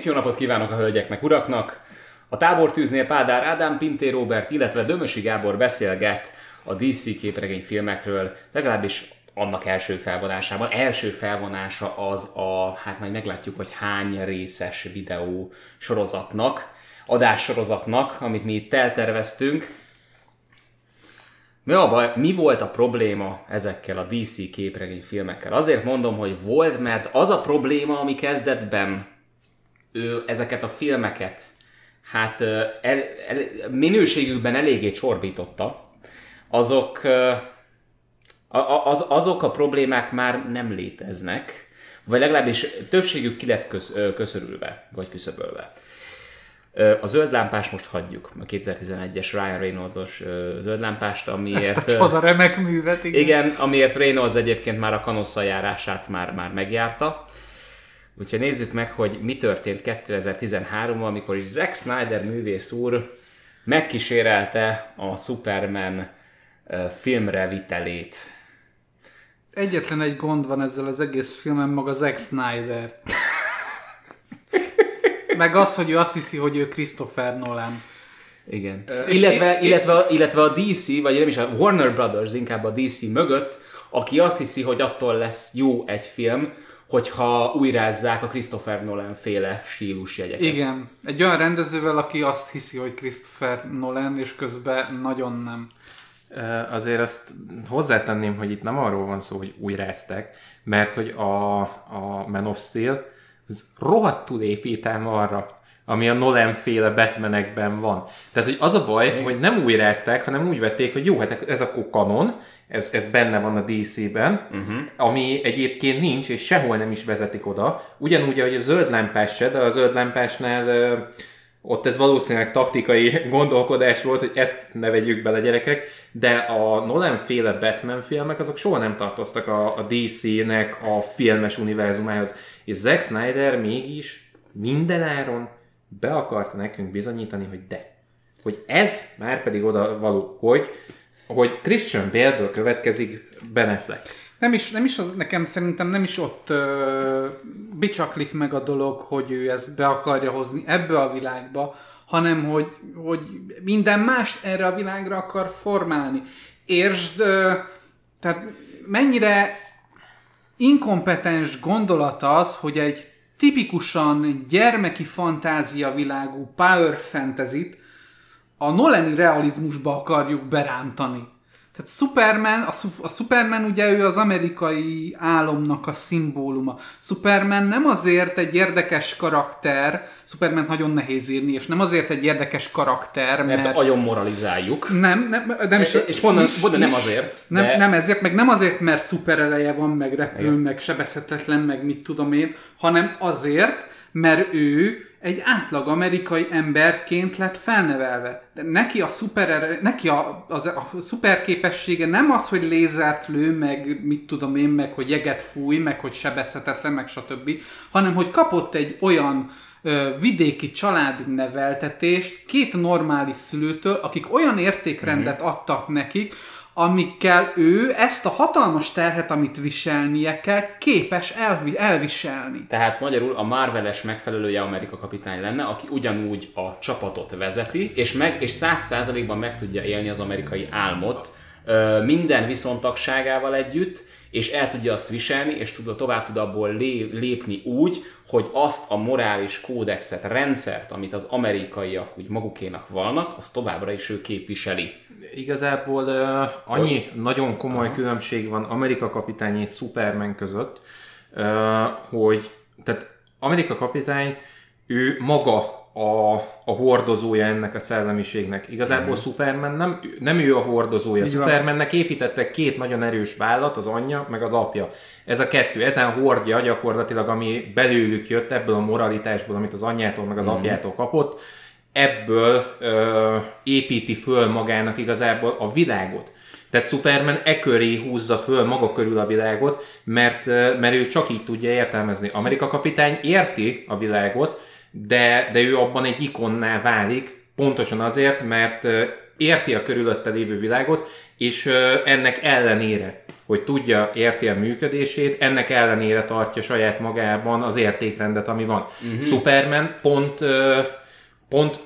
Szép jó napot kívánok a hölgyeknek, uraknak! A tábortűznél Pádár Ádám, Pintér Róbert, illetve Dömösi Gábor beszélget a DC képregényfilmekről, legalábbis annak első felvonásában. Első felvonása az a, hát majd meglátjuk, hogy hány részes videó sorozatnak, adássorozatnak, amit mi itt elterveztünk. Mi volt a probléma ezekkel a DC képregényfilmekkel? Azért mondom, hogy volt, mert az a probléma, ami kezdetben ezeket a filmeket hát minőségükben eléggé csorbította, azok a problémák már nem léteznek, vagy legalábbis többségük ki lett köszörülve, vagy küszöbölve. A zöld lámpást most hagyjuk, a 2011-es Ryan Reynolds-os zöld lámpást, amiért... Ezt a csoda remek művet, igen. Igen, amiért Reynolds egyébként már a kanosszal járását már megjárta. Úgyhogy nézzük meg, hogy mi történt 2013-ban, amikor is Zack Snyder művész úr megkísérelte a Superman filmre vitelét. Egyetlen egy gond van ezzel az egész filmen, maga Zack Snyder. Meg az, hogy ő azt hiszi, hogy ő Christopher Nolan. Igen. Illetve a DC, vagy nem is a Warner Brothers, inkább a DC mögött, aki azt hiszi, hogy attól lesz jó egy film, hogyha újrázzák a Christopher Nolan féle stílusjegyeket. Igen. Egy olyan rendezővel, aki azt hiszi, hogy Christopher Nolan, és közben nagyon nem. Azért azt hozzátenném, hogy itt nem arról van szó, hogy újrázták, mert hogy a Man of Steel az rohadtul építem arra, ami a Nolan-féle Batmanekben van. Tehát, hogy az a baj, hogy nem újrázták, hanem úgy vették, hogy jó, hát ez akkor kanon, ez benne van a DC-ben, ami egyébként nincs, és sehol nem is vezetik oda. Ugyanúgy, ahogy a zöld lámpás se, de a zöld lámpásnál ott ez valószínűleg taktikai gondolkodás volt, hogy ezt ne vegyük bele, gyerekek, de a Nolan-féle Batman filmek azok soha nem tartoztak a DC-nek a filmes univerzumához. És Zack Snyder mégis mindenáron be akarta nekünk bizonyítani, hogy hogy ez már pedig oda való, hogy Christian Bale-ből következik Ben Affleck. Nem is az, nekem szerintem nem is ott bicsaklik meg a dolog, hogy ő ezt be akarja hozni ebbe a világba, hanem hogy minden mást erre a világra akar formálni. Értsd, tehát mennyire inkompetens gondolat az, hogy egy tipikusan gyermeki fantáziavilágú power fantasy-t a Nolani realizmusba akarjuk berántani. Tehát a Superman ugye ő az amerikai álomnak a szimbóluma. Superman nem azért egy érdekes karakter, Superman nagyon nehéz írni, és nem azért egy érdekes karakter, mert agyon moralizáljuk. Nem azért. Nem ezért, meg nem azért, mert szuperereje van, meg repül, igen, meg sebezhetetlen, meg mit tudom én, hanem azért, mert ő egy átlag amerikai emberként lett felnevelve. De neki a szuperképessége nem az, hogy lézert lő, meg mit tudom én, meg hogy jeget fúj, meg hogy sebezhetetlen, meg stb., hanem hogy kapott egy olyan vidéki családi neveltetést két normális szülőtől, akik olyan értékrendet adtak nekik, amikkel ő ezt a hatalmas terhet, amit viselnie kell, képes elviselni. Tehát magyarul a Marvel-es megfelelője Amerika kapitány lenne, aki ugyanúgy a csapatot vezeti, és 100%-ban meg tudja élni az amerikai álmot minden viszontagságával együtt, és el tudja azt viselni, és tovább tud abból lépni úgy, hogy azt a morális kódexet, rendszert, amit az amerikaiak úgy magukénak vannak, azt továbbra is ő képviseli. Igazából annyi nagyon komoly különbség van Amerika kapitány és Superman között, hogy tehát Amerika kapitány, ő maga a hordozója ennek a szellemiségnek. Igazából Superman nem ő a hordozója. Supermannek építettek két nagyon erős vállat, az anyja, meg az apja. Ez a kettő, ezen hordja gyakorlatilag, ami belőlük jött, ebből a moralitásból, amit az anyjától, meg az apjától kapott, ebből építi föl magának igazából a világot. Tehát Superman köré húzza föl maga körül a világot, mert ő csak így tudja értelmezni. Amerika kapitány érti a világot, de ő abban egy ikonná válik, pontosan azért, mert érti a körülötte lévő világot, és ennek ellenére hogy tudja, érti a működését, ennek ellenére tartja saját magában az értékrendet, ami van. Superman pont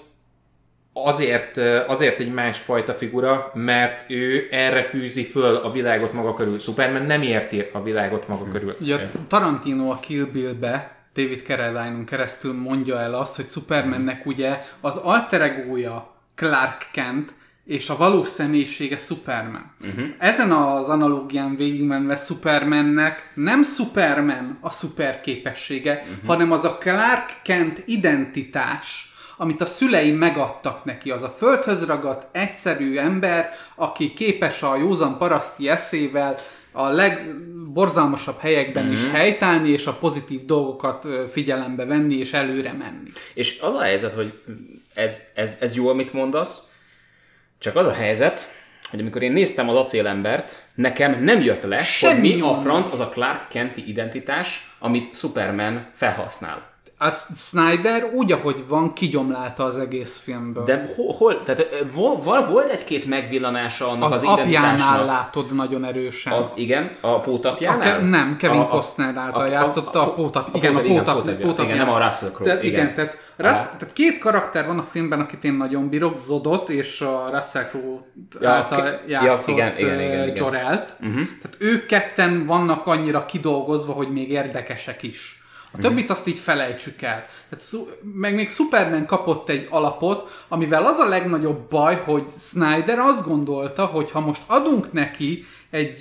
azért egy másfajta figura, mert ő erre fűzi föl a világot maga körül. Superman nem érti a világot maga körül. Ugye Tarantino a Kill Bill-be David Carradine-on keresztül mondja el azt, hogy Supermannek ugye az alter egója Clark Kent, és a valós személyisége Superman. Ezen az analógián végigmenve Supermannek nem Superman a szuper képessége, hanem az a Clark Kent identitás, amit a szülei megadtak neki. Az a földhöz ragadt, egyszerű ember, aki képes a józan paraszti eszével a legborzalmasabb helyekben is helytállni, és a pozitív dolgokat figyelembe venni, és előre menni. És az a helyzet, hogy ez jó, amit mondasz, csak az a helyzet, hogy amikor én néztem az Acélembert, nekem nem jött le, hogy mi a franc az a Clark Kenti identitás, amit Superman felhasznál. A Snyder úgy, ahogy van, kigyomlálta az egész filmből. De hol? Tehát volt egy-két megvillanása annak az identitásnak. Az apjánál látod nagyon erősen. Az igen, a pótapjánál? Nem, Kevin Costner által játszotta a pótapja. Igen, nem a Russell Crowe. Igen, tehát két karakter van a filmben, akit én nagyon bírok, Zodot és a Russell Crowe által játszott Jor-Elt. Tehát ők ketten vannak annyira kidolgozva, hogy még érdekesek is. A többit azt így felejtsük el. Meg még Superman kapott egy alapot, amivel az a legnagyobb baj, hogy Snyder azt gondolta, hogy ha most adunk neki egy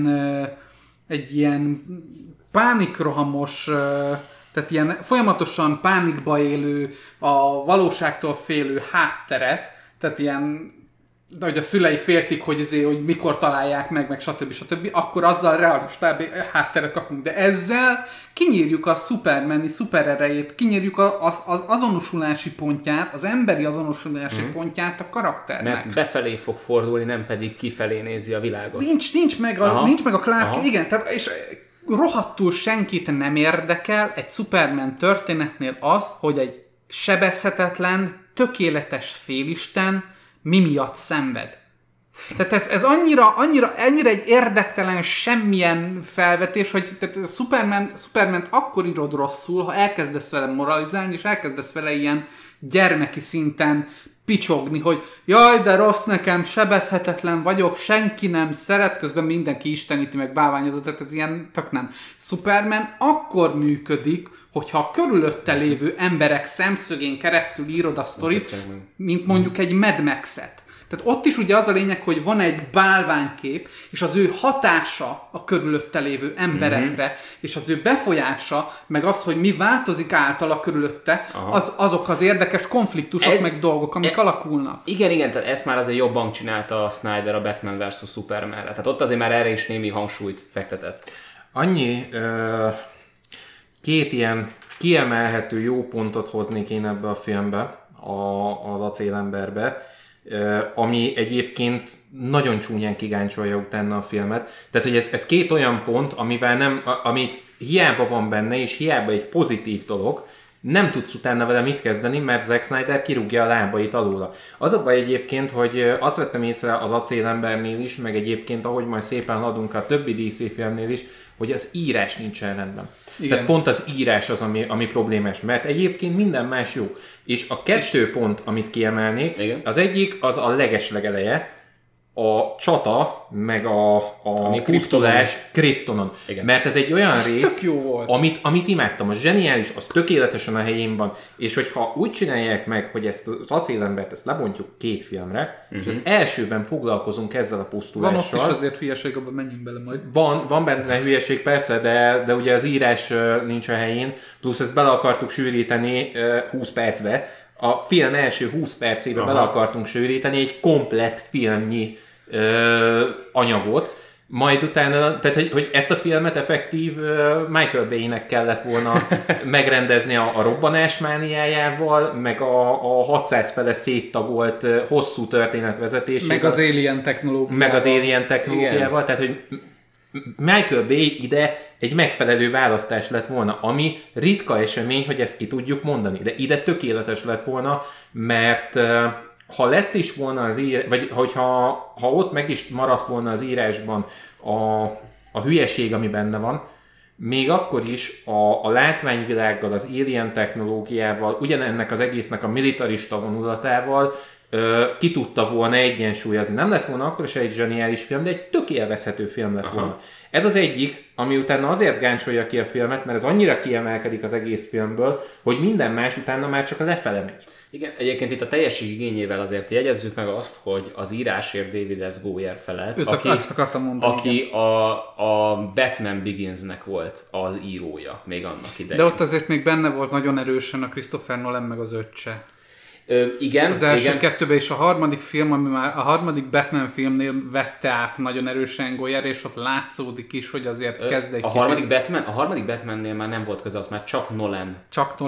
ilyen pánikrohamos, tehát ilyen folyamatosan pánikba élő, a valóságtól félő hátteret, tehát ilyen, de hogy a szülei féltik, hogy mikor találják meg stb. Akkor azzal realistább hátteret kapunk. De ezzel kinyírjuk a Superman-i szupererejét, kinyírjuk az azonosulási pontját, az emberi azonosulási pontját a karakternek. Mert befelé fog fordulni, nem pedig kifelé nézi a világot. Nincs meg a Clark, igen, tehát, és rohadtul senkit nem érdekel egy Superman történetnél az, hogy egy sebezhetetlen, tökéletes félisten mi miatt szenved. Tehát ez annyira egy érdektelen semmilyen felvetés, hogy tehát Superman-t akkor írod rosszul, ha elkezdesz vele moralizálni, és elkezdesz vele ilyen gyermeki szinten picsogni, hogy jaj, de rossz nekem, sebezhetetlen vagyok, senki nem szeret, közben mindenki isteníti, meg bálványozza, tehát ez ilyen tök nem. Superman akkor működik, hogyha a körülötte lévő emberek szemszögén keresztül írod a sztorit, mint mondjuk egy Mad Max-et. Tehát ott is ugye az a lényeg, hogy van egy bálványkép, és az ő hatása a körülötte lévő emberekre, és az ő befolyása, meg az, hogy mi változik általa körülötte, azok az érdekes konfliktusok, meg dolgok, amik alakulnak. Igen, tehát ezt már azért jobban csinálta a Snyder a Batman vs. Supermanre. Tehát ott azért már erre is némi hangsúlyt fektetett. Annyi két ilyen kiemelhető jó pontot hoznék én ebbe a filmbe, az Acélemberbe, ami egyébként nagyon csúnyán kigáncsolja utána a filmet. Tehát, hogy ez két olyan pont, amit hiába van benne, és hiába egy pozitív dolog, nem tudsz utána vele mit kezdeni, mert Zack Snyder kirúgja a lábait alóla. Az a baj egyébként, hogy azt vettem észre az Acélembernél is, meg egyébként, ahogy majd szépen haladunk a többi DC filmnél is, hogy az írás nincsen rendben. Igen. Tehát pont az írás az, ami problémás, mert egyébként minden más jó. És a kettő pont, amit kiemelnék, igen, az egyik az a legeslegeleje, a csata, meg a pusztulás Kryptonon. Mert ez egy olyan rész, amit imádtam, az zseniális, az tökéletesen a helyén van, és hogyha úgy csinálják meg, hogy ezt az Acélembert ezt lebontjuk 2 filmre, és az elsőben foglalkozunk ezzel a pusztulással. Van ott is azért hülyeség, abban menjünk bele majd. Van benne hülyeség persze, de ugye az írás nincs a helyén, plusz ezt bele akartuk sűríteni 20 percbe. A film első 20 percébe bele akartunk sűríteni egy komplett filmnyi anyagot, majd utána, tehát hogy ezt a filmet effektív Michael Bay-nek kellett volna megrendezni a robbanás mániájával, meg a 600 fele széttagolt hosszú történetvezetésével. Meg az Alien technológiával, tehát hogy Michael Bay ide egy megfelelő választás lett volna, ami ritka esemény, hogy ezt ki tudjuk mondani, de ide tökéletes lett volna, mert ha lett is volna az vagy ha ott meg is maradt volna az írásban a hülyeség, ami benne van, még akkor is a látványvilággal, az alien technológiával, ugyanennek az egésznek a militarista vonulatával ki tudta volna egyensúlyozni. Nem lett volna akkor is egy zseniális film, de egy tök élvezhető film lett volna. Ez az egyik, ami utána azért gáncsolja ki a filmet, mert ez annyira kiemelkedik az egész filmből, hogy minden más utána már csak a lefele megy. Igen, egyébként itt a teljesség igényével azért jegyezzük meg azt, hogy az írásért David S. Goyer felett, aki a Batman Beginsnek volt az írója még annak idején. De ott azért még benne volt nagyon erősen a Christopher Nolan meg az öccse. Igen. Az első kettőben és a harmadik film, ami már a harmadik Batman filmnél vette át nagyon erősen Goyer, és ott látszódik is, hogy azért kezd egy kicsit. A harmadik Batmannél már nem volt köze, azt már csak Nolan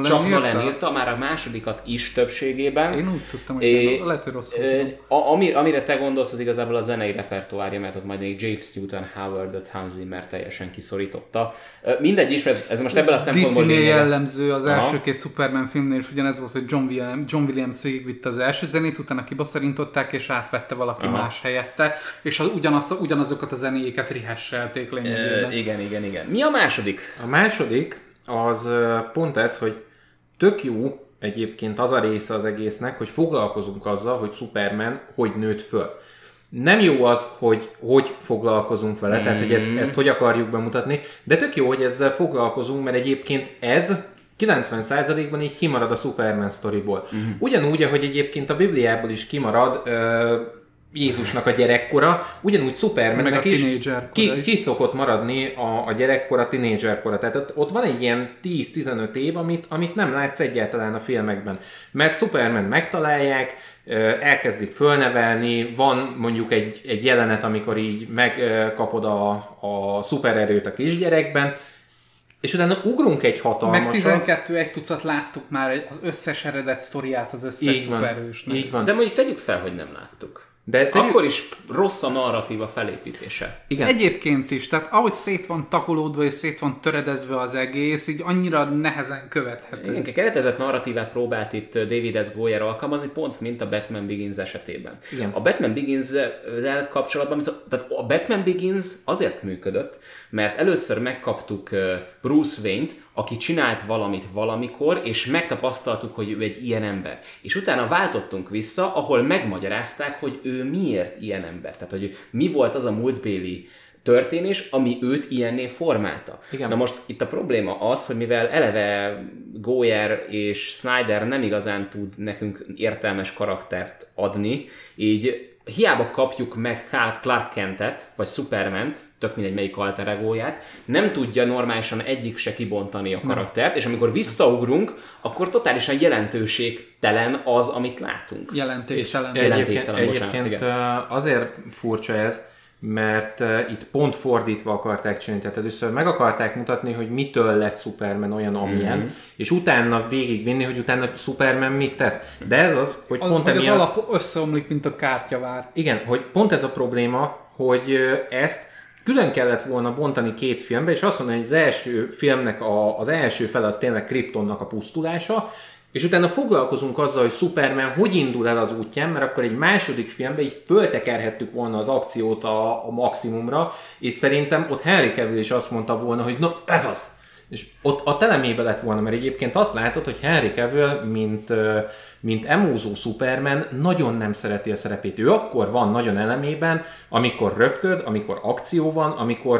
írta, már a másodikat is többségében. Én úgy tudtam, hogy lehet, hogy rossz amire te gondolsz, az igazából a zenei repertoárja, mert ott majd még James Newton Howard-ot Hans Zimmer teljesen kiszorította. Mindegy is, ez most ebből a szempontból DC-nél jellemző az első két Superman filmnél, és ugyanez volt, hogy John Williams végigvitte az első zenét, utána kibaszarintották, és átvette valaki más helyette, és ugyanazokat a zenéjéket rihesselték lényegében. Igen. Mi a második? A második az pont ez, hogy tök jó egyébként az a része az egésznek, hogy foglalkozunk azzal, hogy Superman hogy nőtt föl. Nem jó az, hogy foglalkozunk vele, tehát hogy ezt hogy akarjuk bemutatni, de tök jó, hogy ezzel foglalkozunk, mert egyébként ez 90%-ban így kimarad a Superman sztoriból. Ugyanúgy, ahogy egyébként a Bibliából is kimarad Jézusnak a gyerekkora, ugyanúgy Supermannek is ki szokott maradni a gyerekkora, a tinédzserkora. Tehát ott van egy ilyen 10-15 év, amit nem látsz egyáltalán a filmekben. Mert Superman megtalálják, elkezdik fölnevelni, van mondjuk egy jelenet, amikor így megkapod a szupererőt a kisgyerekben, és utána ugrunk egy hatalmasat. Meg 12 egy tucat láttuk már az összes eredet sztoriát az összes szuperhősnek. Így van. De mondjuk tegyük fel, hogy nem láttuk. De akkor is rossz a narratíva felépítése. Igen. Egyébként is, tehát ahogy szét van takolódva és szét van töredezve az egész, így annyira nehezen követhető. Igen, keretezett narratívát próbált itt David S. Goyer alkalmazni, pont mint a Batman Begins esetében. Igen. A Batman Begins-zel kapcsolatban, tehát a Batman Begins azért működött, mert először megkaptuk Bruce Wayne-t, aki csinált valamit valamikor, és megtapasztaltuk, hogy ő egy ilyen ember. És utána váltottunk vissza, ahol megmagyarázták, hogy ő miért ilyen ember. Tehát, hogy mi volt az a múltbéli történés, ami őt ilyenné formálta. Igen. Na most itt a probléma az, hogy mivel eleve Goyer és Snyder nem igazán tud nekünk értelmes karaktert adni, így hiába kapjuk meg Clark Kentet, vagy Supermant, tök mindegy melyik alter egóját, nem tudja normálisan egyik se kibontani a karaktert, és amikor visszaugrunk, akkor jelentőségtelen az, amit látunk. Jelentéktelen. Egyébként azért furcsa ez, mert itt pont fordítva akarták csinálni, tehát először meg akarták mutatni, hogy mitől lett Superman olyan, amilyen, és utána végigvinni, hogy utána Superman mit tesz. De ez az, hogy pont emiatt... az alap összeomlik, mint a kártyavár. Igen, hogy pont ez a probléma, hogy ezt külön kellett volna bontani két filmbe, és azt mondani, hogy az első filmnek az első fele az tényleg Kryptonnak a pusztulása, és utána foglalkozunk azzal, hogy Superman hogy indul el az útján, mert akkor egy második filmben így föltekerhettük volna az akciót a maximumra, és szerintem ott Henry Cavill is azt mondta volna, hogy na ez az! És ott a telemébe lett volna, mert egyébként azt látod, hogy Henry Cavill, mint emózó Superman nagyon nem szereti a szerepét. Ő akkor van nagyon elemében, amikor röpköd, amikor akció van,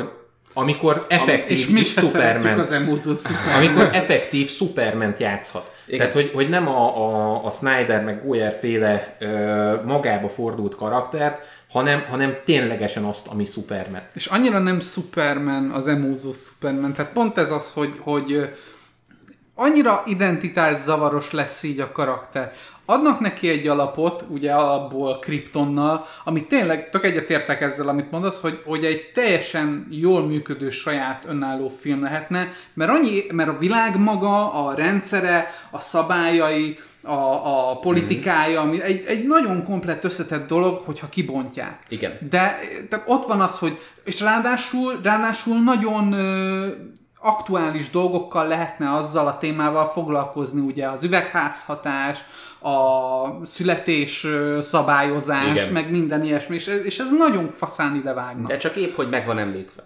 amikor effektív Superman. Amikor effektív Superment játszhat. Igen. Tehát, hogy nem a Snyder meg Goyer féle magába fordult karaktert, hanem ténylegesen azt, ami Superman. És annyira nem Superman az emózó Superman, tehát pont ez az, hogy annyira identitászavaros lesz így a karakter. Adnak neki egy alapot, ugye alapból Kryptonnal, amit tényleg, tök egyetértek ezzel, amit mondasz, hogy egy teljesen jól működő saját önálló film lehetne, mert a világ maga, a rendszere, a szabályai, a politikája, ami egy nagyon komplett összetett dolog, hogyha kibontják. Igen. De ott van az, hogy, és ráadásul nagyon aktuális dolgokkal lehetne azzal a témával foglalkozni, ugye az üvegházhatás, a születés szabályozás, igen, meg minden ilyesmi, és ez nagyon faszán idevágna. De csak épp, hogy meg van említve.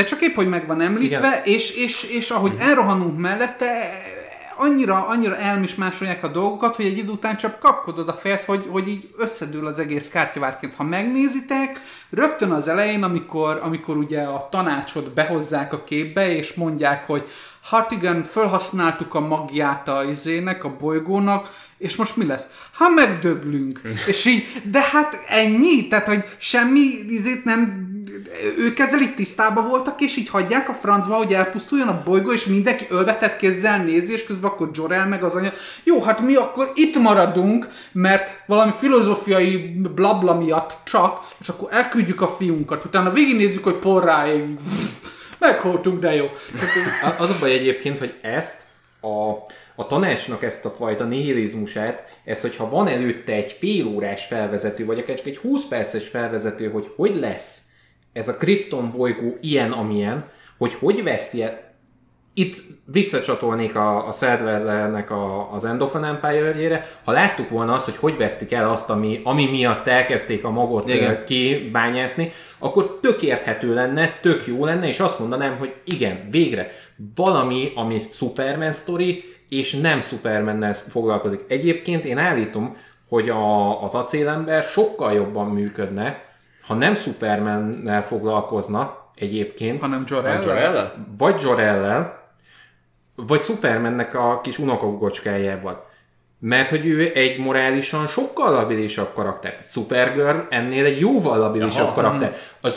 És ahogy elrohanunk mellette, annyira elmismásolják a dolgokat, hogy egy idő után csak kapkodod a fejet, hogy így összedől az egész kártyavárként. Ha megnézitek, rögtön az elején, amikor ugye a tanácsot behozzák a képbe, és mondják, hogy hát igen, felhasználtuk a magját a bolygónak, és most mi lesz? Ha megdöglünk. És így, de hát ennyi? Tehát, hogy semmi nem... Ők ezzel így tisztában voltak, és így hagyják a francba, hogy elpusztuljon a bolygó, és mindenki ölbetett kézzel nézi, és közben akkor Jor-El meg az anya, jó, hát mi akkor itt maradunk, mert valami filozófiai blabla miatt csak, és akkor elküldjük a fiunkat, utána végignézzük, hogy porráig, megholtunk, de jó. Az a baj egyébként, hogy ezt a tanácsnak ezt a fajta nihilizmusát, ezt, hogyha van előtte egy félórás felvezető, vagy akár csak egy 20 perces felvezető, hogy lesz ez a Krypton bolygó ilyen, amilyen, hogy veszti el. Itt visszacsatolnék a Sadlernek az End of an Empire-jére. Ha láttuk volna azt, hogy vesztik el azt, ami miatt elkezdték a magot kibányászni, akkor tök érthető lenne, tök jó lenne, és azt mondanám, hogy igen, végre valami, ami Superman sztori, és nem Supermannel foglalkozik. Egyébként én állítom, hogy az acélember sokkal jobban működne, ha nem Supermannel foglalkozna egyébként, hanem Jor-El-lel? Vagy Jor-El-lel, vagy Supermannek a kis unokagocskájával. Mert hogy ő egy morálisan sokkal labilisabb karakter. Supergirl ennél egy jóval labilisabb karakter.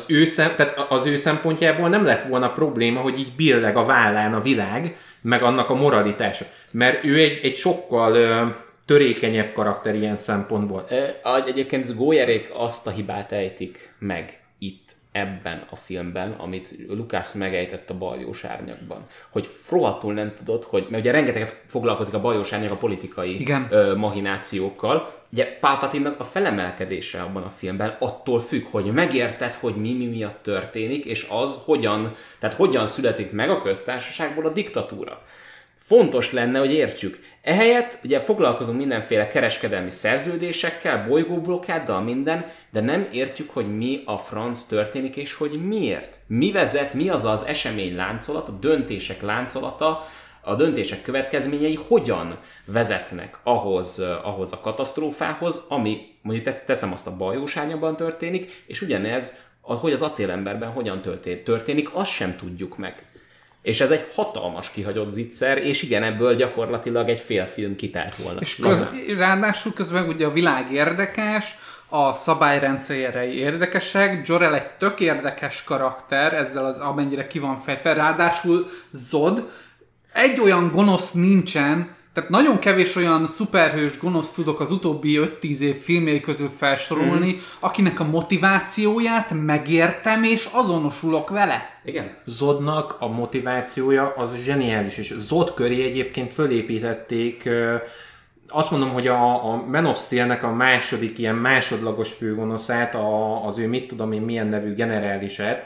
Az ő szempontjából nem lett volna probléma, hogy így billeg a vállán a világ, meg annak a moralitása. Mert ő egy sokkal törékenyebb karakter ilyen szempontból. Egyébként Goyerék azt a hibát ejtik meg itt, ebben a filmben, amit Lucas megejtett a Baljós árnyakban. Hogy rohadtul nem tudod, hogy, mert ugye rengeteget foglalkozik a Baljós árnyak a politikai mahinációkkal. Ugye Palpatine-nak a felemelkedése abban a filmben attól függ, hogy megérted, hogy mi miatt történik, és az hogyan születik meg a köztársaságból a diktatúra. Fontos lenne, hogy értsük. Ehelyett ugye foglalkozunk mindenféle kereskedelmi szerződésekkel, bolygóblokkáddal, minden, de nem értjük, hogy mi a franc történik, és hogy miért. Mi vezet, mi az az esemény láncolat, a döntések láncolata, a döntések következményei hogyan vezetnek ahhoz a katasztrófához, ami, mondjuk teszem azt, a Baljós árnyakban történik, és ugyanez, hogy az acélemberben hogyan történik, azt sem tudjuk meg. És ez egy hatalmas kihagyott zicser, és igen, ebből gyakorlatilag egy fél film kitált volna. És ráadásul közben ugye a világ érdekes, a szabályrendszerei érdekesek, Jor-El egy tök érdekes karakter, ezzel az amennyire ki van fejtve, ráadásul Zod, egy olyan gonosz nincsen, tehát nagyon kevés olyan szuperhős gonosz tudok az utóbbi 5-10 év filmjei közül felsorolni, akinek a motivációját megértem és azonosulok vele. Igen. Zodnak a motivációja az zseniális, és Zod köré egyébként fölépítették, azt mondom, hogy a Man of Steel-nek a második ilyen másodlagos főgonoszát, az ő mit tudom én milyen nevű generálisát,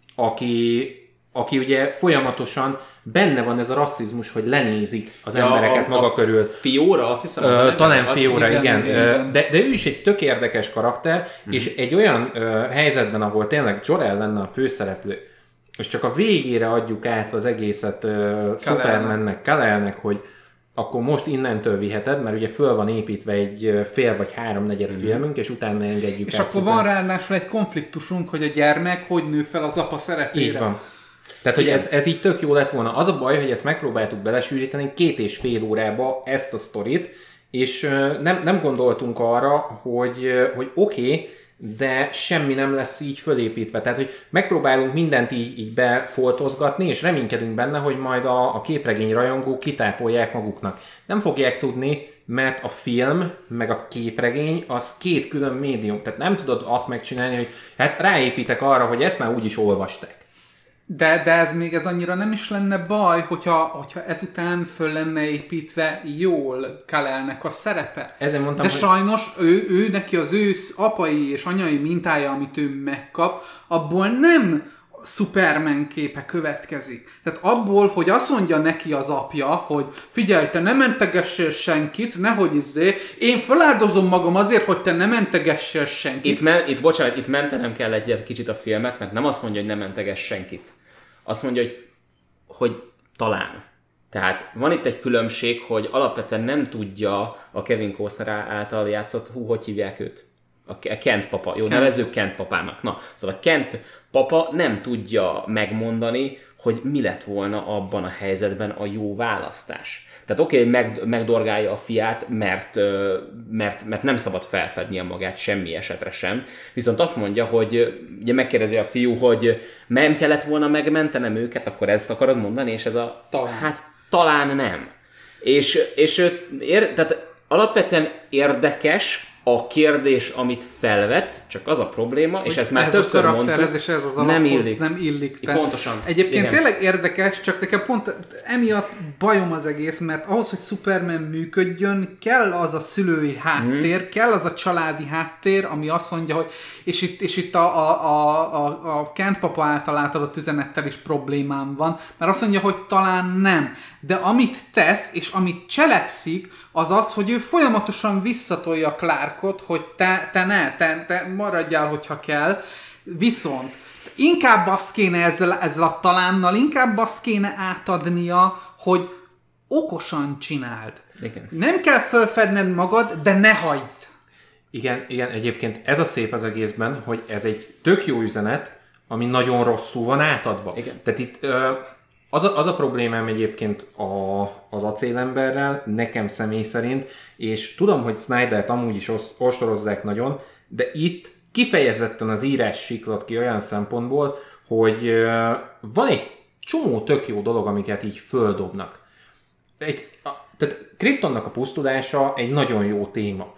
aki ugye folyamatosan benne van ez a rasszizmus, hogy lenézik az embereket maga körül. Fiora, azt hiszem. Talán Fiora, igen. De ő is egy tök érdekes karakter, és egy olyan helyzetben, ahol tényleg Jor-El lenne a főszereplő, és csak a végére adjuk át az egészet Supermannek, Kal-Elnek, hogy akkor most innentől viheted, mert ugye föl van építve egy fél vagy háromnegyed filmünk, és utána engedjük és akkor van ráadásul egy konfliktusunk, hogy a gyermek hogy nő fel az apa szerepére. Így van. Tehát, hogy ez így tök jó lett volna. Az a baj, hogy ezt megpróbáltuk belesűríteni 2,5 órába ezt a sztorit, és nem gondoltunk arra, hogy oké, de semmi nem lesz így fölépítve. Tehát, hogy megpróbálunk mindent így befoltozgatni, és reménykedünk benne, hogy majd a képregény rajongók kitápolják maguknak. Nem fogják tudni, mert a film, meg a képregény az két külön médium. Tehát nem tudod azt megcsinálni, hogy hát ráépítek arra, hogy ezt már úgyis olvasták. De ez annyira nem is lenne baj, hogyha ezután föl lenne építve jól Kal-Elnek a szerepe. Mondtam, de sajnos ő neki az ő apai és anyai mintája, amit ő megkap, abból nem Superman képe következik. Tehát abból, hogy azt mondja neki az apja, hogy figyelj, te ne mentegessél senkit, nehogy én feláldozom magam azért, hogy te ne mentegessél senkit. Itt mentenem kell egy kicsit a filmet, mert nem azt mondja, hogy ne mentegess senkit. Azt mondja, hogy talán. Tehát van itt egy különbség, hogy alapvetően nem tudja a Kevin Costner által játszott, hogy hívják őt? A Kent papa. Jó, nevezzük Kent papának. Na, szóval a Kent papa nem tudja megmondani, hogy mi lett volna abban a helyzetben a jó választás. Tehát oké, megdorgálja a fiát, mert nem szabad felfednie magát semmi esetre sem. Viszont azt mondja, hogy ugye megkérdezi a fiú, hogy nem kellett volna megmentenem őket, akkor ezt akarod mondani, és ez a talán nem. Tehát alapvetően érdekes a kérdés, amit felvet, csak az a probléma, és ezt már többször mondtuk, és ez az nem illik. Pontosan. Egyébként igen. Tényleg érdekes, csak nekem pont emiatt bajom az egész, mert ahhoz, hogy Superman működjön, kell az a szülői háttér, kell az a családi háttér, ami azt mondja, hogy és itt a Kent papa által átadott üzenettel is problémám van, mert azt mondja, hogy talán nem. De amit tesz, és amit cselekszik, az az, hogy ő folyamatosan visszatolja Clarkot, hogy te maradjál, hogyha kell. Viszont inkább azt kéne ezzel a talánnal, inkább azt kéne átadnia, hogy okosan csináld. Igen. Nem kell felfedned magad, de ne hagyd. Igen, egyébként ez a szép az egészben, hogy ez egy tök jó üzenet, ami nagyon rosszul van átadva. Igen. Tehát itt az a problémám egyébként az acélemberrel, nekem személy szerint, és tudom, hogy Snydert amúgy is ostorozzák nagyon, de itt kifejezetten az írás siklott ki olyan szempontból, hogy van egy csomó tök jó dolog, amiket így földobnak. Tehát Kryptonnak a pusztulása egy nagyon jó téma.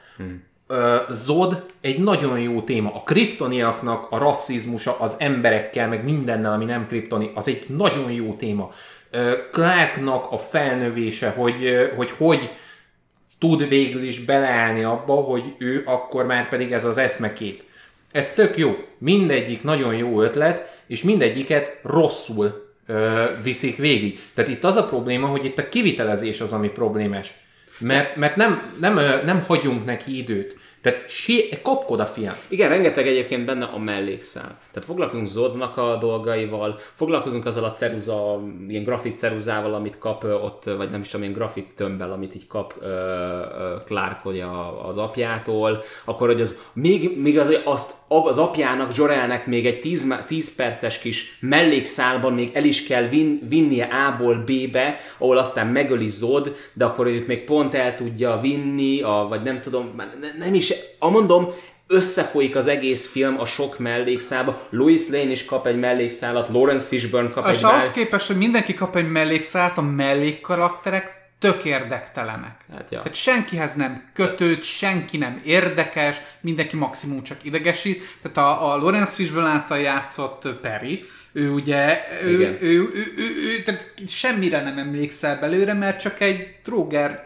Zod egy nagyon jó téma. A kriptoniaknak a rasszizmusa az emberekkel, meg mindennel, ami nem kriptoni, az egy nagyon jó téma. Clarknak a felnövése, hogy tud végül is beleállni abba, hogy ő akkor már pedig ez az eszmekép. Ez tök jó. Mindegyik nagyon jó ötlet, és mindegyiket rosszul viszik végig. Tehát itt az a probléma, hogy itt a kivitelezés az, ami problémás. Mert nem hagyunk neki időt. Tehát kapkod a fiam. Igen, rengeteg egyébként benne a mellékszál. Tehát foglalkozunk Zodnak a dolgaival, foglalkozunk azzal a ceruza, ilyen grafit ceruzával, amit kap ott, vagy nem is tudom, ilyen grafit tömbbel, amit így kap Clark az apjától, akkor hogy az még az apjának, Jor-Elnek még egy 10 perces kis mellékszálban még el is kell vinnie A-ból B-be, ahol aztán megöli Zod, de akkor őt még pont el tudja vinni, vagy nem tudom, nem is, mondom, összefolyik az egész film a sok mellékszába. Lois Lane is kap egy mellékszálat, Lawrence Fishburne kap egy ahhoz képest, hogy mindenki kap egy mellékszálat, a mellékkarakterek tök érdektelenek. Hát, ja. Tehát senkihez nem kötőd, senki nem érdekes, mindenki maximum csak idegesít. Tehát a Lawrence Fishburne által játszott Perry, ő ugye, ő tehát semmire nem emlékszel belőle, mert csak egy tróger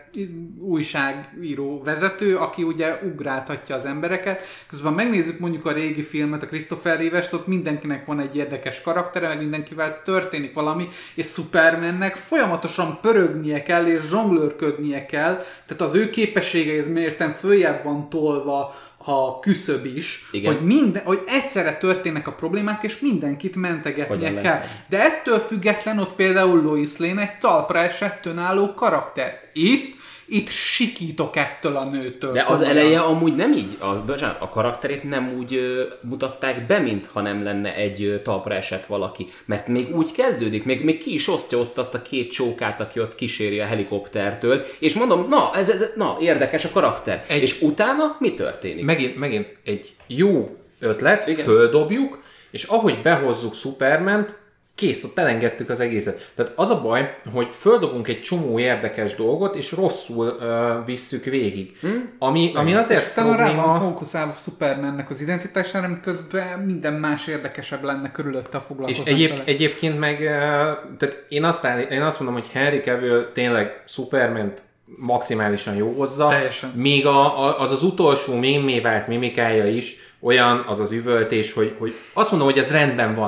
újságíró vezető, aki ugye ugráltatja az embereket. Közben megnézzük mondjuk a régi filmet, a Christopher Reeve-est, ott mindenkinek van egy érdekes karaktere, meg mindenkivel történik valami, és Supermannek folyamatosan pörögnie kell, és zsonglőrködnie kell, tehát az ő képessége, ez mérten följebb van tolva a küszöb is, hogy egyszerre történnek a problémák, és mindenkit mentegetnie kell. De ettől független ott például Lois Lane egy talpra esett önálló karakter. Itt sikítok ettől a nőtől. De az eleje amúgy nem így, a karakterét nem úgy mutatták be, mintha nem lenne egy talpra esett valaki. Mert még úgy kezdődik, még ki is osztja ott azt a két csókát, aki ott kíséri a helikoptertől, és mondom, na érdekes a karakter. És utána mi történik? Megint egy jó ötlet, földobjuk, és ahogy behozzuk Supermant, kész, ott elengedtük az egészet. Tehát az a baj, hogy földobunk egy csomó érdekes dolgot, és rosszul visszük végig. Ami azért és utána rá van fókuszálva Supermannek az identitására, miközben minden más érdekesebb lenne körülötte a foglalkozás. És egyébként meg, tehát én azt mondom, hogy Henry Cavill tényleg Supermant maximálisan jó hozza. Teljesen. Még az utolsó mémmé vált mimikája is, olyan az az üvöltés, hogy azt mondom, hogy ez rendben van,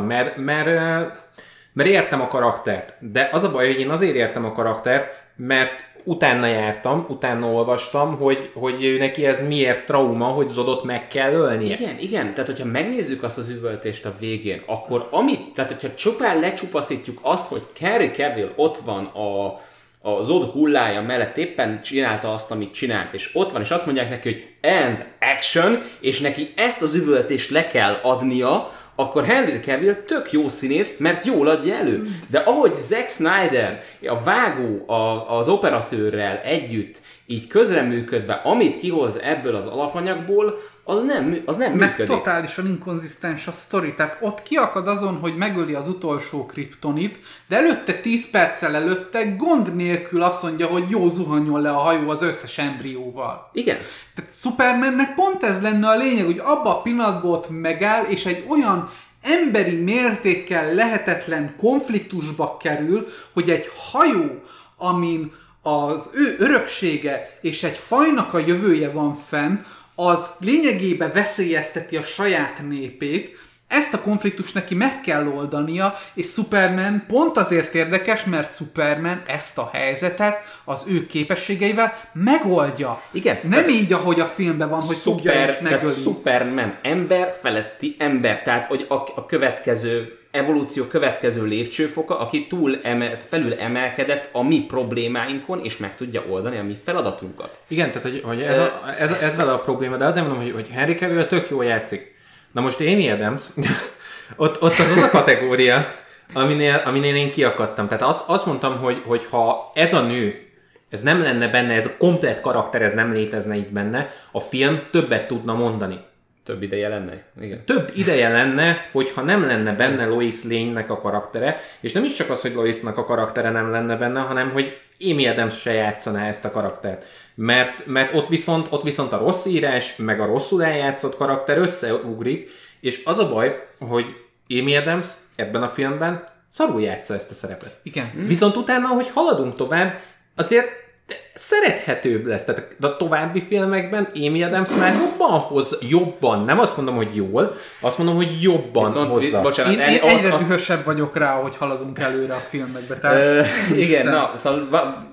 mert értem a karaktert. De az a baj, hogy én azért értem a karaktert, mert utána jártam, utána olvastam, hogy neki ez miért trauma, hogy Zodot meg kell ölnie. Igen. Tehát, hogyha megnézzük azt az üvöltést a végén, akkor tehát, hogyha csupán lecsupaszítjuk azt, hogy Henry Cavill ott van a Zod hullája mellett éppen csinálta azt, amit csinált, és ott van, és azt mondják neki, hogy end action, és neki ezt az üvöltést le kell adnia, akkor Henry Cavill tök jó színész, mert jól adja elő. De ahogy Zack Snyder, a vágó az operatőrrel együtt így közreműködve, amit kihoz ebből az alapanyagból, az nem működik. Meg totálisan inkonzisztens a sztori. Tehát ott kiakad azon, hogy megöli az utolsó kriptonit, de előtte 10 perccel előtte gond nélkül azt mondja, hogy jó, zuhanjon le a hajó az összes embrióval. Igen. Tehát Supermannek pont ez lenne a lényeg, hogy abba a pillanatban ott megáll, és egy olyan emberi mértékkel lehetetlen konfliktusba kerül, hogy egy hajó, amin az ő öröksége és egy fajnak a jövője van fenn, az lényegében veszélyezteti a saját népét, ezt a konfliktust neki meg kell oldania, és Superman pont azért érdekes, mert Superman ezt a helyzetet az ő képességeivel megoldja. Igen. Nem így, ahogy a filmben van, hogy fogja és megöli. Superman ember feletti ember, tehát hogy a következő evolúció következő lépcsőfoka, aki felül emelkedett a mi problémáinkon, és meg tudja oldani a mi feladatunkat. Igen, tehát hogy ezzel a probléma, de azért mondom, hogy Henry Cavill tök jól játszik. Na most Amy Adams, ott az a kategória, aminél én kiakadtam. Tehát azt mondtam, hogy ha ez a nő, ez nem lenne benne, ez a komplett karakter, ez nem létezne itt benne, a film többet tudna mondani. Több ideje lenne? Igen. Több ideje lenne, hogyha nem lenne benne Lois Lane-nek a karaktere, és nem is csak az, hogy Loisnak a karaktere nem lenne benne, hanem hogy Amy Adams se játszaná ezt a karaktert. Mert ott viszont a rossz írás, meg a rosszul eljátszott karakter összeugrik, és az a baj, hogy Amy Adams ebben a filmben szarul játsza ezt a szerepet. Igen. Viszont utána, hogy haladunk tovább, azért szerethetőbb lesz. Tehát a további filmekben Amy Adams már jobban, nem azt mondom, hogy jól, azt mondom, hogy jobban viszont, hozza. Bocsánat, én egyre dühösebb vagyok rá, hogy haladunk előre a filmekbe. Tehát, igen, na, szóval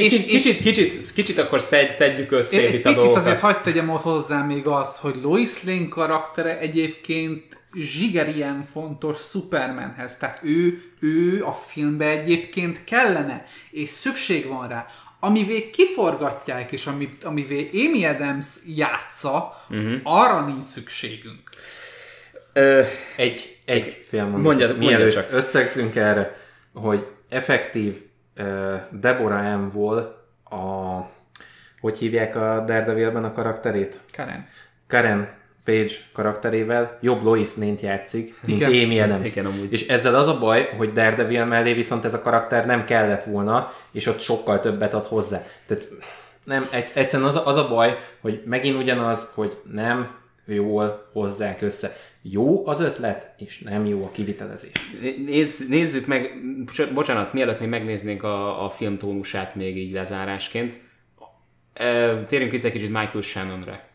kicsit akkor szedjük össze itt a dolgokat. Picit azért hagyd tegyem hozzá még az, hogy Lois Lane karaktere egyébként zsigerien fontos Supermanhez. Tehát ő a filmbe egyébként kellene, és szükség van rá. Amivé kiforgatják, és amivé Amy Adams játsza, arra nincs szükségünk. Egy félmondat. Mondja csak. Összegzünk erre, hogy effektív Deborah M. Wall hogy hívják a Daredevilben a karakterét? Karen Page karakterével jobb Lois Lane-t játszik, mint Amy Adams. Igen, és ezzel az a baj, hogy Daredevil mellé viszont ez a karakter nem kellett volna, és ott sokkal többet ad hozzá. Tehát nem, egyszerűen az a baj, hogy megint ugyanaz, hogy nem jól hozzák össze. Jó az ötlet, és nem jó a kivitelezés. Nézzük meg, bocsánat, mielőtt még megnéznénk a film tónusát még így lezárásként. Térjünk vissza egy kicsit Michael Shannonre.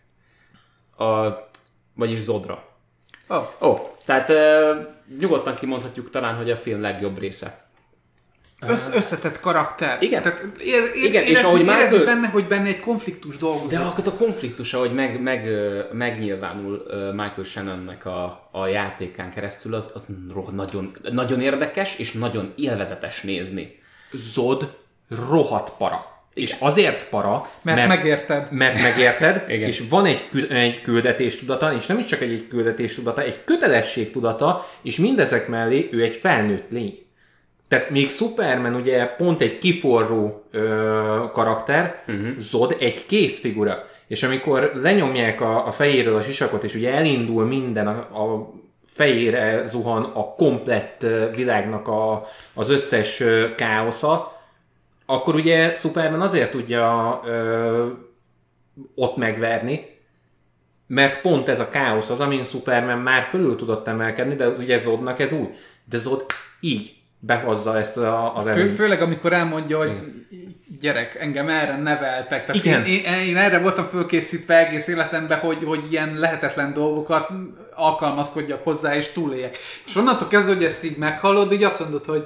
Vagyis Zodra. Tehát nyugodtan kimondhatjuk talán, hogy a film legjobb része. Összetett karakter. Igen. Tehát igen, és ahogy érezni benne, hogy benne egy konfliktus dolgozik. De akkor a konfliktus, ahogy megnyilvánul Michael Shannonnek a játékán keresztül, az nagyon, nagyon érdekes és nagyon élvezetes nézni. Zod rohadt para. Igen. És azért para, mert megérted. Mert megérted, és van egy küldetéstudata, és nem is csak egy küldetéstudata, egy kötelességtudata, és mindezek mellé ő egy felnőtt lény. Tehát még Superman ugye pont egy kiforró karakter, Zod egy készfigura. És amikor lenyomják a fejéről a sisakot, és ugye elindul minden, a fejére zuhan a komplett világnak az összes káosza, akkor ugye Superman azért tudja ott megverni, mert pont ez a káosz az, amin Superman már fölül tudott emelkedni, de ugye Zodnak ez úgy. De Zod így behozza ezt az erőt. Főleg amikor elmondja, hogy gyerek, engem erre neveltek. Tehát igen. Én erre voltam fölkészítve egész életemben, hogy ilyen lehetetlen dolgokat alkalmazkodjak hozzá és túléljek. És onnantól kezdve, hogy ezt így meghallod, így azt mondod, hogy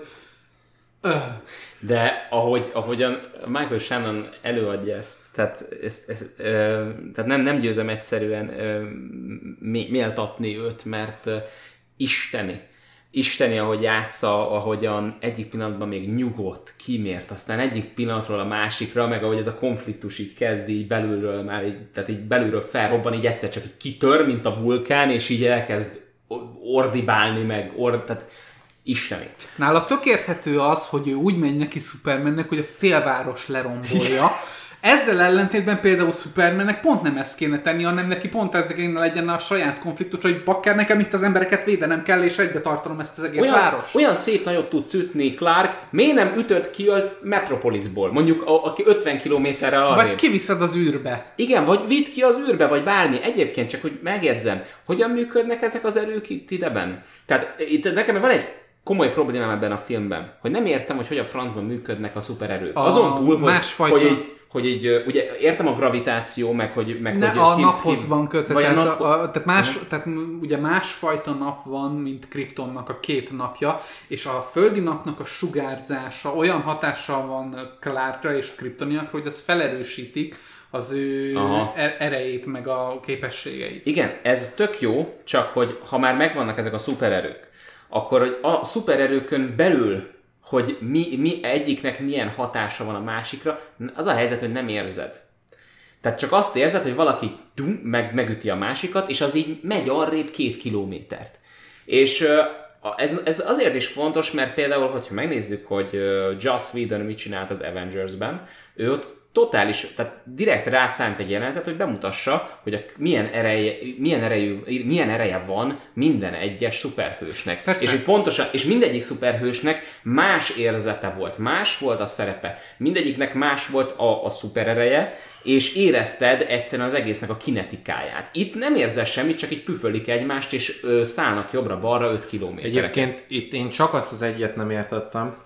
De ahogyan Michael Shannon előadja ezt, tehát nem győzem egyszerűen méltatni őt, mert isteni, ahogy játsza, ahogyan egyik pillanatban még nyugodt, kimért, aztán egyik pillanatról a másikra, meg ahogy ez a konfliktus így kezd, így belülről már, tehát így belülről felrobban, így egyszer csak így kitör, mint a vulkán, és így elkezd ordibálni, tehát isteni. Nála tök érthető az, hogy ő úgy megy neki Supermannek, hogy a félváros lerombolja. Ezzel ellentétben például Supermannek pont nem ezt kéne tenni, hanem neki pont ez kéne legyen a saját konfliktus, hogy bakker, nekem itt az embereket védenem kell, és egybe tartanom ezt az egész város. Olyan szép nagyot tudsz ütni, Clark, miért nem ütött ki a Metropolisból? Mondjuk aki 50 kilométerrel arrébb. Vagy kiviszed az űrbe. Igen, vagy vidd ki az űrbe, vagy bármi. Egyébként csak, hogy megjegyzem, hogyan működnek ezek az erők itt ideben? Tehát itt nekem van egy komoly problémám ebben a filmben, hogy nem értem, hogy a francban működnek a szupererők. Azon túl, hogy így, ugye értem a gravitáció, meg hogy a naphoz van kötve, tehát ugye másfajta nap van, mint Kryptonnak a 2 napja, és a földi napnak a sugárzása olyan hatással van Clarkra és a kryptoniakra, hogy az felerősítik az ő erejét, meg a képességeit. Igen, ez tök jó, csak hogy ha már megvannak ezek a szupererők, akkor hogy a szupererőkön belül, hogy mi egyiknek milyen hatása van a másikra, az a helyzet, hogy nem érzed. Tehát csak azt érzed, hogy valaki megüti a másikat, és az így megy arrébb 2 kilométert. És ez azért is fontos, mert például, hogyha megnézzük, hogy Joss Whedon mit csinált az Avengers-ben, ő ott totális, tehát direkt rászánt egy jelenetet, hogy bemutassa, hogy milyen ereje van minden egyes szuperhősnek. Persze. És hogy pontosan, és mindegyik szuperhősnek más érzete volt, más volt a szerepe, mindegyiknek más volt a szuperereje, és érezted egyszerűen az egésznek a kinetikáját. Itt nem érzel semmit, csak így püfölik egymást, és szállnak jobbra-balra 5 kilométereket. Egyébként itt én csak azt az egyet nem értettem,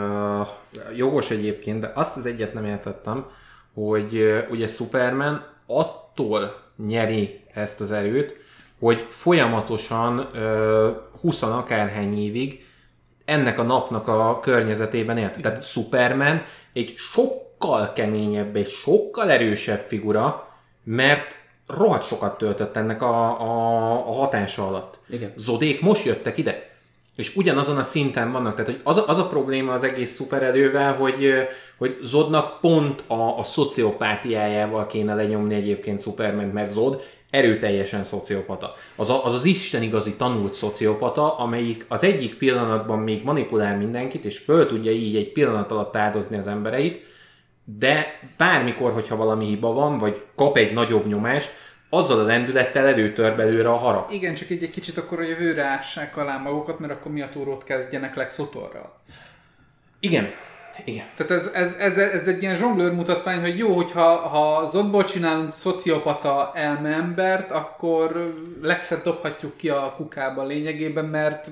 jogos egyébként, de azt az egyet nem értettem, hogy ugye Superman attól nyeri ezt az erőt, hogy folyamatosan 20 akárhány évig ennek a napnak a környezetében élt. Tehát Superman egy sokkal keményebb, egy sokkal erősebb figura, mert rohadt sokat töltött ennek a hatása alatt. Igen. Zodék most jöttek ide, és ugyanazon a szinten vannak. Tehát hogy az a probléma az egész szupererővel, hogy Zodnak pont a szociopátiájával kéne lenyomni egyébként Superman, mert Zod erőteljesen szociopata. Az Isten igazi tanult szociopata, amelyik az egyik pillanatban még manipulál mindenkit, és föl tudja így egy pillanat alatt áldozni az embereit, de bármikor, hogyha valami hiba van, vagy kap egy nagyobb nyomást, azzal a lendülettel előtör belőle a harag. Igen, csak egy kicsit akkor a jövőre ássák alá magukat, mert akkor mi a túrót kezdjenek Lex Luthorral. Igen. Tehát ez egy ilyen zsonglőr mutatvány, hogy jó, hogyha Zodból csinálunk szociopata elmeembert, akkor Lexet dobhatjuk ki a kukába lényegében, mert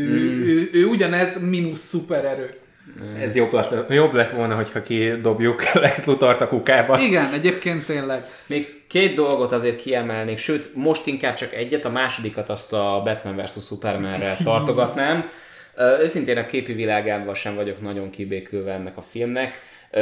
ő ugyanez mínusz szupererő. Ez jobb lett volna, hogyha kidobjuk Lex Luthort a kukába. Igen, egyébként tényleg. Még 2 dolgot azért kiemelnék, sőt, most inkább csak egyet, a másodikat azt a Batman vs. Supermanre tartogatnám. Őszintén a képi világában sem vagyok nagyon kibékülve ennek a filmnek.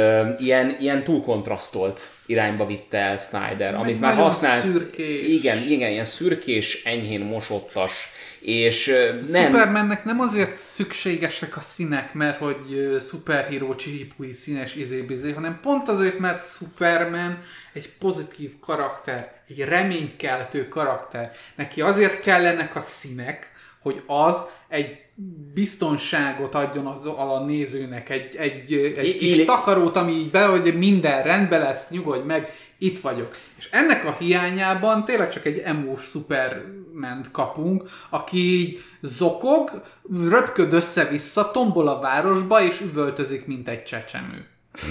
Ilyen túl kontrasztolt irányba vitte el Snyder, amit már használt. Szürkés. Igen, ilyen szürkés, enyhén mosottas. És Supermannek nem azért szükségesek a színek, mert hogy szuperhíró csihipui színes izébizé, hanem pont azért, mert Superman egy pozitív karakter, egy reménykeltő karakter. Neki azért kellenek a színek, hogy az egy biztonságot adjon a nézőnek, egy kis takarót, ami így bele, hogy minden rendben lesz, nyugodj meg, itt vagyok. És ennek a hiányában tényleg csak egy emós Superman kapunk, aki így zokog, röpköd össze-vissza, tombol a városba, és üvöltözik, mint egy csecsemő.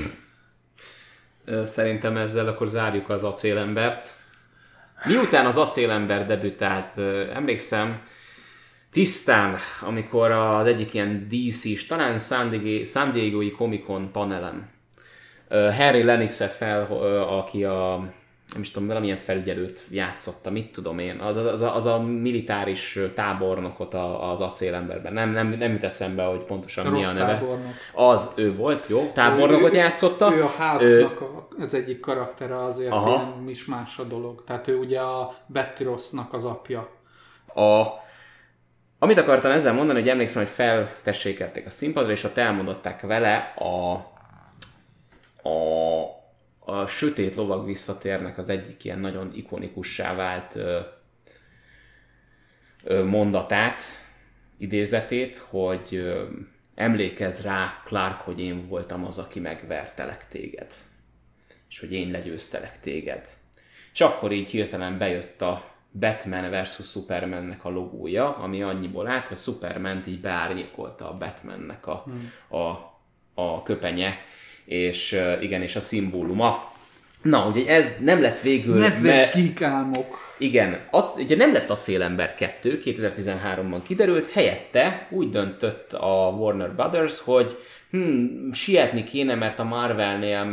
Szerintem ezzel akkor zárjuk az Acélembert. Miután az Acélember debütált, emlékszem, tisztán, amikor az egyik ilyen DC-s, talán San Diego-i Comic-Con panelen Harry Lennox-et fel, aki nem is tudom, valamilyen felügyelőt játszotta, mit tudom én, az a militáris tábornokot az acélemberben. Nem jut eszembe, hogy pontosan mi a neve. Tábornok. Az ő volt, jó, tábornokot játszotta. Ő a Hulknak az egyik karaktere, azért ilyen is más a dolog. Tehát ő ugye a Betty Rossnak az apja. Amit akartam ezzel mondani, hogy emlékszem, hogy feltessékelték a színpadra, és ott elmondották vele a sötét lovag visszatérnek az egyik ilyen nagyon ikonikussá vált mondatát, idézetét, hogy emlékezz rá, Clark, hogy én voltam az, aki megvertelek téged, és hogy én legyőztelek téged. És akkor így hirtelen bejött a Batman vs. Supermannek a logója, ami annyiból állt, hogy Supermant így beárnyékolta a Batmannek a köpenye, és igen, és a szimbóluma. Na, ugye ez nem lett végül... Nedves kíkálmok. Igen, ugye nem lett Acélember 2, 2013-ban kiderült, helyette úgy döntött a Warner Brothers, hogy sietni kéne, mert a Marvelnél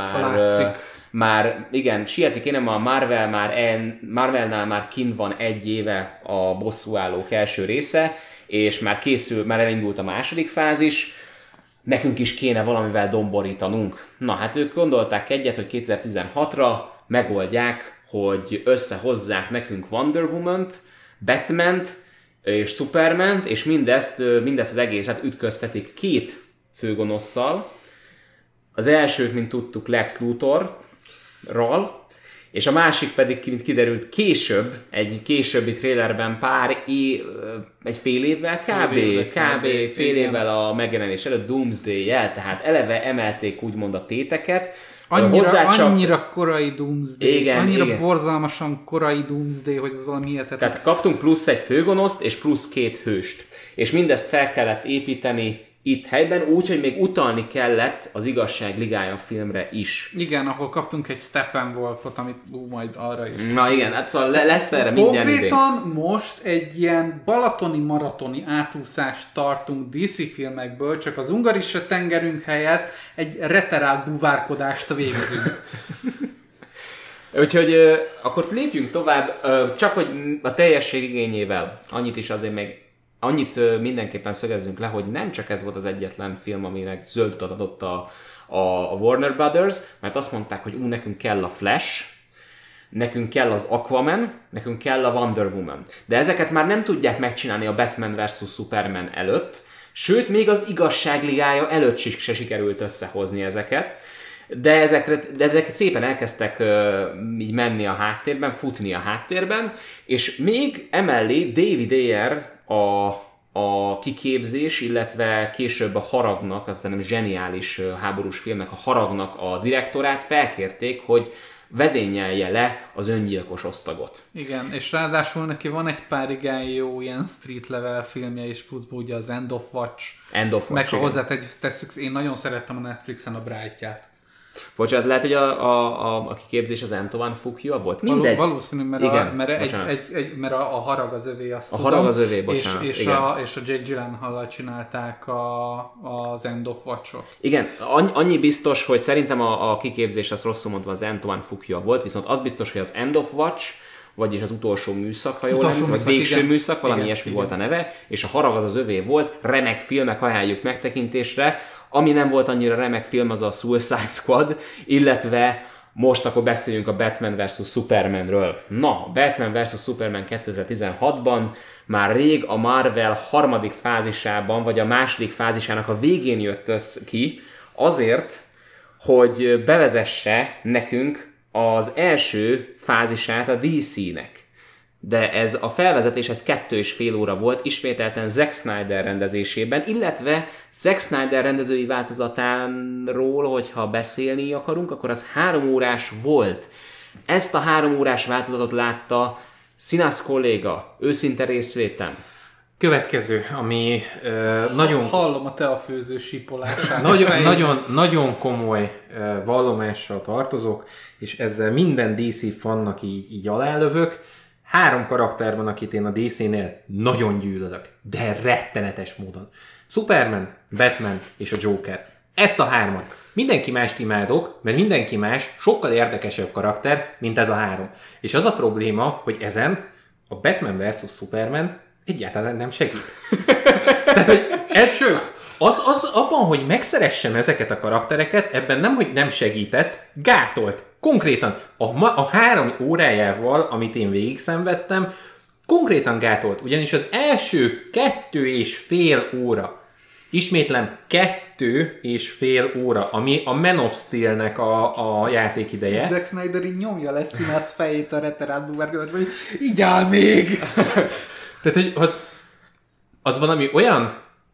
sietni kéne, mert a Marvelnál már kint van 1 éve a Bosszúállók első része, és már elindult a második fázis, nekünk is kéne valamivel domborítanunk. Na hát ők gondolták egyet, hogy 2016-ra megoldják, hogy összehozzák nekünk Wonder Woman-t, Batman-t és Superman-t, és mindezt az egészet ütköztetik 2 főgonosszal. Az elsőt, mint tudtuk, Lex Luthorral, és a másik pedig, mint kiderült később, egy későbbi trailerben egy fél évvel fél évvel a megjelenés előtt Doomsday-jel, tehát eleve emelték úgymond a téteket. Annyira korai Doomsday, annyira borzalmasan korai Doomsday, hogy ez valami hihetetlen. Tehát kaptunk plusz egy főgonoszt és plusz 2 hőst. És mindezt fel kellett építeni itt helyben, úgy, hogy még utalni kellett az Igazság Ligája filmre is. Igen, ahol kaptunk egy Steppenwolfot, amit majd arra is. Na igen, hát szóval lesz erre mindjárt idén. Konkrétan most egy ilyen balatoni-maratoni átúszást tartunk DC filmekből, csak az Ungarisa tengerünk helyett egy reterált buvárkodást végzünk. Úgyhogy akkor lépjünk tovább, csak hogy a teljesség igényével annyit mindenképpen szögezzünk le, hogy nem csak ez volt az egyetlen film, aminek zöld utat adott a Warner Brothers, mert azt mondták, hogy nekünk kell a Flash, nekünk kell az Aquaman, nekünk kell a Wonder Woman. De ezeket már nem tudják megcsinálni a Batman vs. Superman előtt, sőt, még az Igazság Ligája előtt se sikerült összehozni ezeket, de ezek szépen elkezdtek így menni a háttérben, futni a háttérben, és még emellé David Ayer, a kiképzés, illetve később a Haragnak, azt hiszem zseniális háborús filmnek, a Haragnak a direktorát felkérték, hogy vezényelje le az öngyilkos osztagot. Igen, és ráadásul neki van egy pár igen jó ilyen street level filmje, és pluszból ugye az End of Watch. Meg ha hozzátesszük, én nagyon szerettem a Netflixen a Bright-ját. Bocsánat, lehet, hogy a kiképzés az Antoine Fuqua volt? Mindegy. Valószínű, mert a Harag az övé, azt tudom. Harag az övé, bocsánat. És a Jake Gyllenhaal-lal csinálták az End of Watch-ot. Igen, annyi biztos, hogy szerintem a kiképzés, azt rosszul mondva, az Antoine Fuqua volt, viszont az biztos, hogy az End of Watch, vagyis az utolsó műszak, ha jól emlékszem, vagy végső műszak, valami ilyesmi volt a neve, és a Harag az övé volt, remek filmek, ajánljuk megtekintésre. Ami nem volt annyira remek film, az a Suicide Squad, illetve most akkor beszéljünk a Batman vs. Supermanről. Na, Batman vs. Superman 2016-ban már rég a Marvel harmadik fázisában, vagy a második fázisának a végén jött ki, azért, hogy bevezesse nekünk az első fázisát a DC-nek. De ez a felvezetés, ez 2,5 óra volt, ismételten Zack Snyder rendezésében, illetve Zack Snyder rendezői változatáról, hogyha beszélni akarunk, akkor az 3 órás volt. Ezt a 3 órás változatot látta Színász kolléga, őszinte részvétem. Következő, ami nagyon... Hallom a teafőző sípolását. nagyon komoly vallomással tartozok, és ezzel minden DC fannak így alálövök. 3 karakter van, akit én a DC-nél nagyon gyűlölök, de rettenetes módon. Superman, Batman és a Joker. Ezt a 3-at. Mindenki mást imádok, mert mindenki más sokkal érdekesebb karakter, mint ez a 3. És az a probléma, hogy ezen a Batman vs. Superman egyáltalán nem segít. Tehát, hogy ez... Sőt, Az abban, hogy megszeressem ezeket a karaktereket, ebben nem, hogy nem segített, gátolt. Konkrétan a 3 órájával, amit én végig szenvedtem, konkrétan gátolt. Ugyanis az első 2,5 óra, ismétlem 2,5 óra, ami a Man of Steel-nek a játékideje. Zack Snyder így nyomja le színász fejét a reterált búvárkodás, hogy így áll még! Tehát, hogy az valami olyan,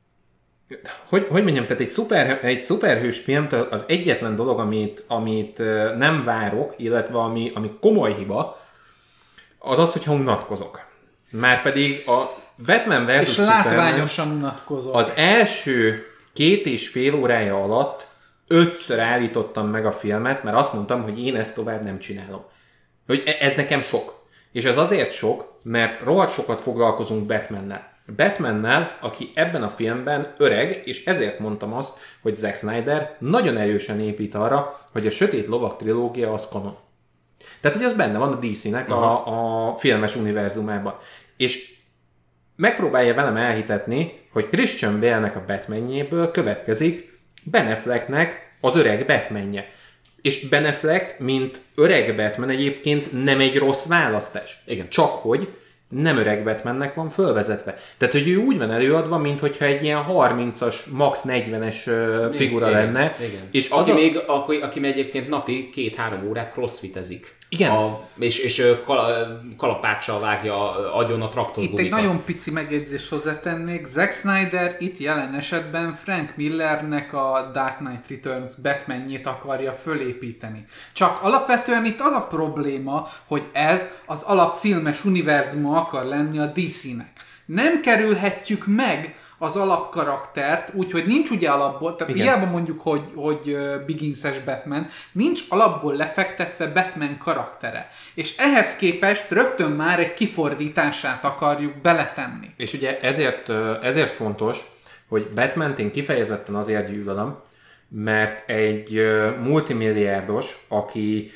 hogy mondjam, tehát egy szuperhős filmtől az egyetlen dolog, amit nem várok, illetve ami komoly hiba, az az, hogyha unatkozok. Márpedig a Batman vs. És Superman látványosan unatkozok. az első 2,5 órája alatt 5-ször állítottam meg a filmet, mert azt mondtam, hogy én ezt tovább nem csinálom. Hogy ez nekem sok. És ez azért sok, mert rohadt sokat foglalkozunk Batmannel, aki ebben a filmben öreg, és ezért mondtam azt, hogy Zack Snyder nagyon erősen épít arra, hogy a Sötét Lovag trilógia az kanon. Tehát, hogy az benne van a DC-nek a filmes univerzumában. És megpróbálja velem elhitetni, hogy Christian Bale-nek a Batmanjéből következik Ben Afflecknek az öreg Batmanje. És Ben Affleck, mint öreg Batman egyébként nem egy rossz választás. Igen. Csak hogy nem öreg Batmannek van fölvezetve. Tehát, hogy ő úgy van előadva, mintha egy ilyen 30-as, max 40-es figura lenne. Igen. És aki még egyébként napi 2-3 órát crossfitezik. Igen. És kalapáccsal vágja agyon a traktorgumikat. Itt egy nagyon pici megjegyzést hozzátennék. Zack Snyder itt jelen esetben Frank Millernek a Dark Knight Returns Batmanjét akarja fölépíteni. Csak alapvetően itt az a probléma, hogy ez az alapfilmes univerzuma akar lenni a DC-nek. Nem kerülhetjük meg az alapkaraktert, úgyhogy nincs ugye alapból, tehát hiába mondjuk, hogy Begins-es Batman, nincs alapból lefektetve Batman karaktere. És ehhez képest rögtön már egy kifordítását akarjuk beletenni. És ugye ezért fontos, hogy Batmant én kifejezetten azért gyűlölöm, mert egy multimilliárdos, aki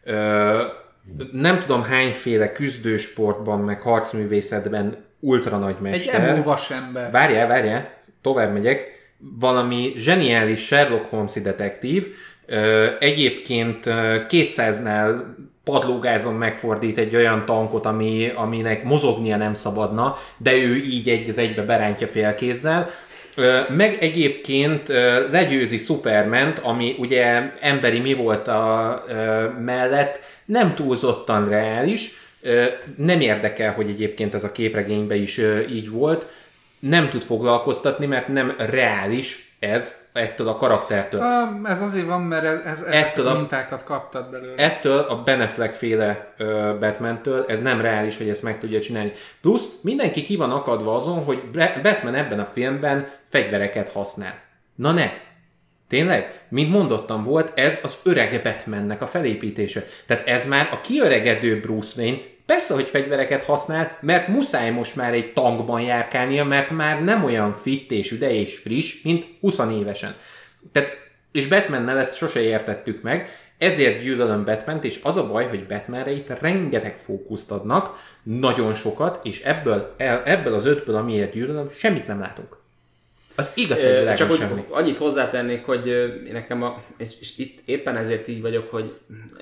nem tudom hányféle küzdősportban, meg harcművészetben ultra nagy mester. Egy emo vasember. Várjál, tovább megyek. Valami zseniális Sherlock Holmes-i detektív, egyébként 200-nál padlógázon megfordít egy olyan tankot, aminek mozognia nem szabadna, de ő így egy az egybe berántja félkézzel. Meg egyébként legyőzi Supermant, ami ugye emberi mi volt mellett, nem túlzottan reális, nem érdekel, hogy egyébként ez a képregényben is így volt, nem tud foglalkoztatni, mert nem reális ez ettől a karaktertől. Ez azért van, mert ezeket a mintákat kaptad belőle. Ettől a Ben Affleck féle Batmantől ez nem reális, hogy ezt meg tudja csinálni. Plusz mindenki ki van akadva azon, hogy Batman ebben a filmben fegyvereket használ. Na ne! Tényleg? Mint mondottam volt, ez az öreg Batmannek a felépítése. Tehát ez már a kiöregedő Bruce Wayne, persze, hogy fegyvereket használ, mert muszáj most már egy tankban járkálnia, mert már nem olyan fit és üde és friss, mint 20 évesen. Tehát, és Batmannel ezt sose értettük meg, ezért gyűlölöm Batmant, és az a baj, hogy Batmanre itt rengeteg fókuszt adnak, nagyon sokat, és ebből az 5-ből, amiért gyűlölöm, semmit nem látunk. Az igaz, csak hogy annyit hozzátennék, hogy nekem és itt éppen ezért így vagyok, hogy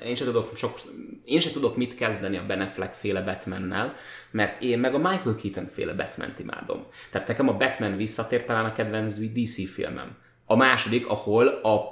én sem tudok mit kezdeni a Ben Affleck féle Batmannel, mert én meg a Michael Keaton féle Batmant imádom. Tehát nekem a Batman visszatér talán a kedvenc DC filmem. A második, ahol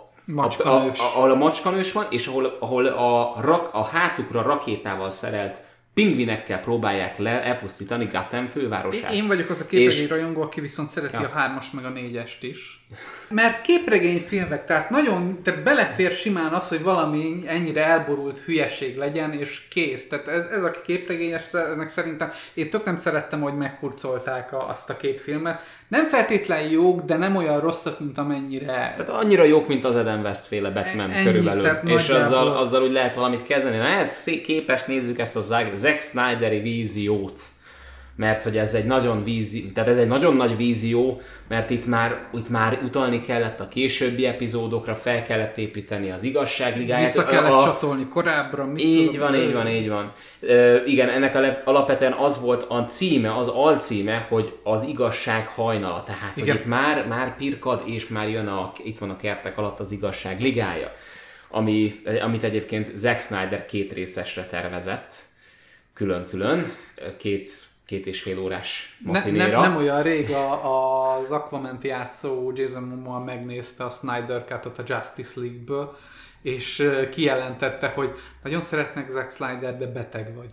a macskanős van, és ahol a hátukra rakétával szerelt pingvinekkel próbálják elpusztítani Gotham fővárosát. Én vagyok az a képregény rajongó, aki viszont szereti a 3-ast meg a 4-est is. Mert képregényfilmek, tehát belefér simán az, hogy valami ennyire elborult hülyeség legyen, és kész. Tehát ez a képregényesnek szerintem, én tök nem szerettem, hogy meghurcolták azt a két filmet. nem feltétlen jók, de nem olyan rosszak, mint amennyire... Tehát annyira jók, mint az Adam West-féle Batman körülbelül. És azzal úgy lehet valamit kezdeni. Na ehhez képest nézzük ezt a Zack Snyderi víziót. Mert hogy ez egy nagyon ez egy nagyon nagy vízió, mert itt már utalni kellett a későbbi epizódokra, fel kellett építeni az igazságligáját. Vissza kellett csatolni korábbra. Így van. Igen, ennek alapvetően az volt a címe, az alcíme, hogy az igazság hajnala. Tehát, igen. Hogy itt már pirkad, és már itt van a kertek alatt az igazság ligája. Amit egyébként Zack Snyder 2 részesre tervezett. Külön-külön. 2,5 órás matinéra. Nem olyan rég az Aquament játszó Jason Momoa megnézte a Snyder Cut-ot a Justice League-ből, és kijelentette, hogy nagyon szeretnek Zack Snyder, de beteg vagy.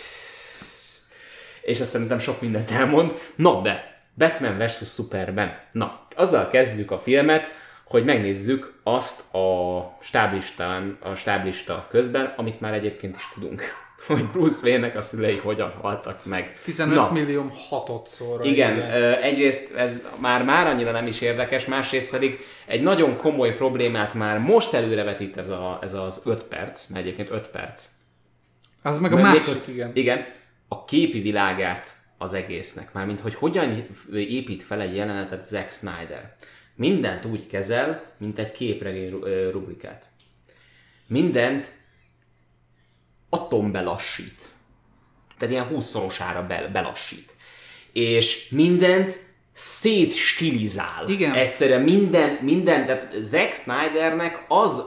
És ezt szerintem sok mindent elmond. Na de, Batman vs. Superman. Na, azzal kezdjük a filmet, hogy megnézzük azt a stáblista közben, amit már egyébként is tudunk. Hogy Bruce Wayne-nek a szülei hogyan haltak meg. 15 millió hatodszorra. Igen, egyrészt ez már annyira nem is érdekes, másrészt pedig egy nagyon komoly problémát már most előrevetít ez az 5 perc, mert egyébként 5 perc. Az meg a második, igen. Igen, a képi világát az egésznek, mármint hogy hogyan épít fel egy jelenetet Zack Snyder. Mindent úgy kezel, mint egy képregény rubrikát. Mindent atombelassít. Tehát ilyen 20-szorosára belassít. És mindent szétstilizál. Igen. Egyszerűen minden, tehát Zack Snydernek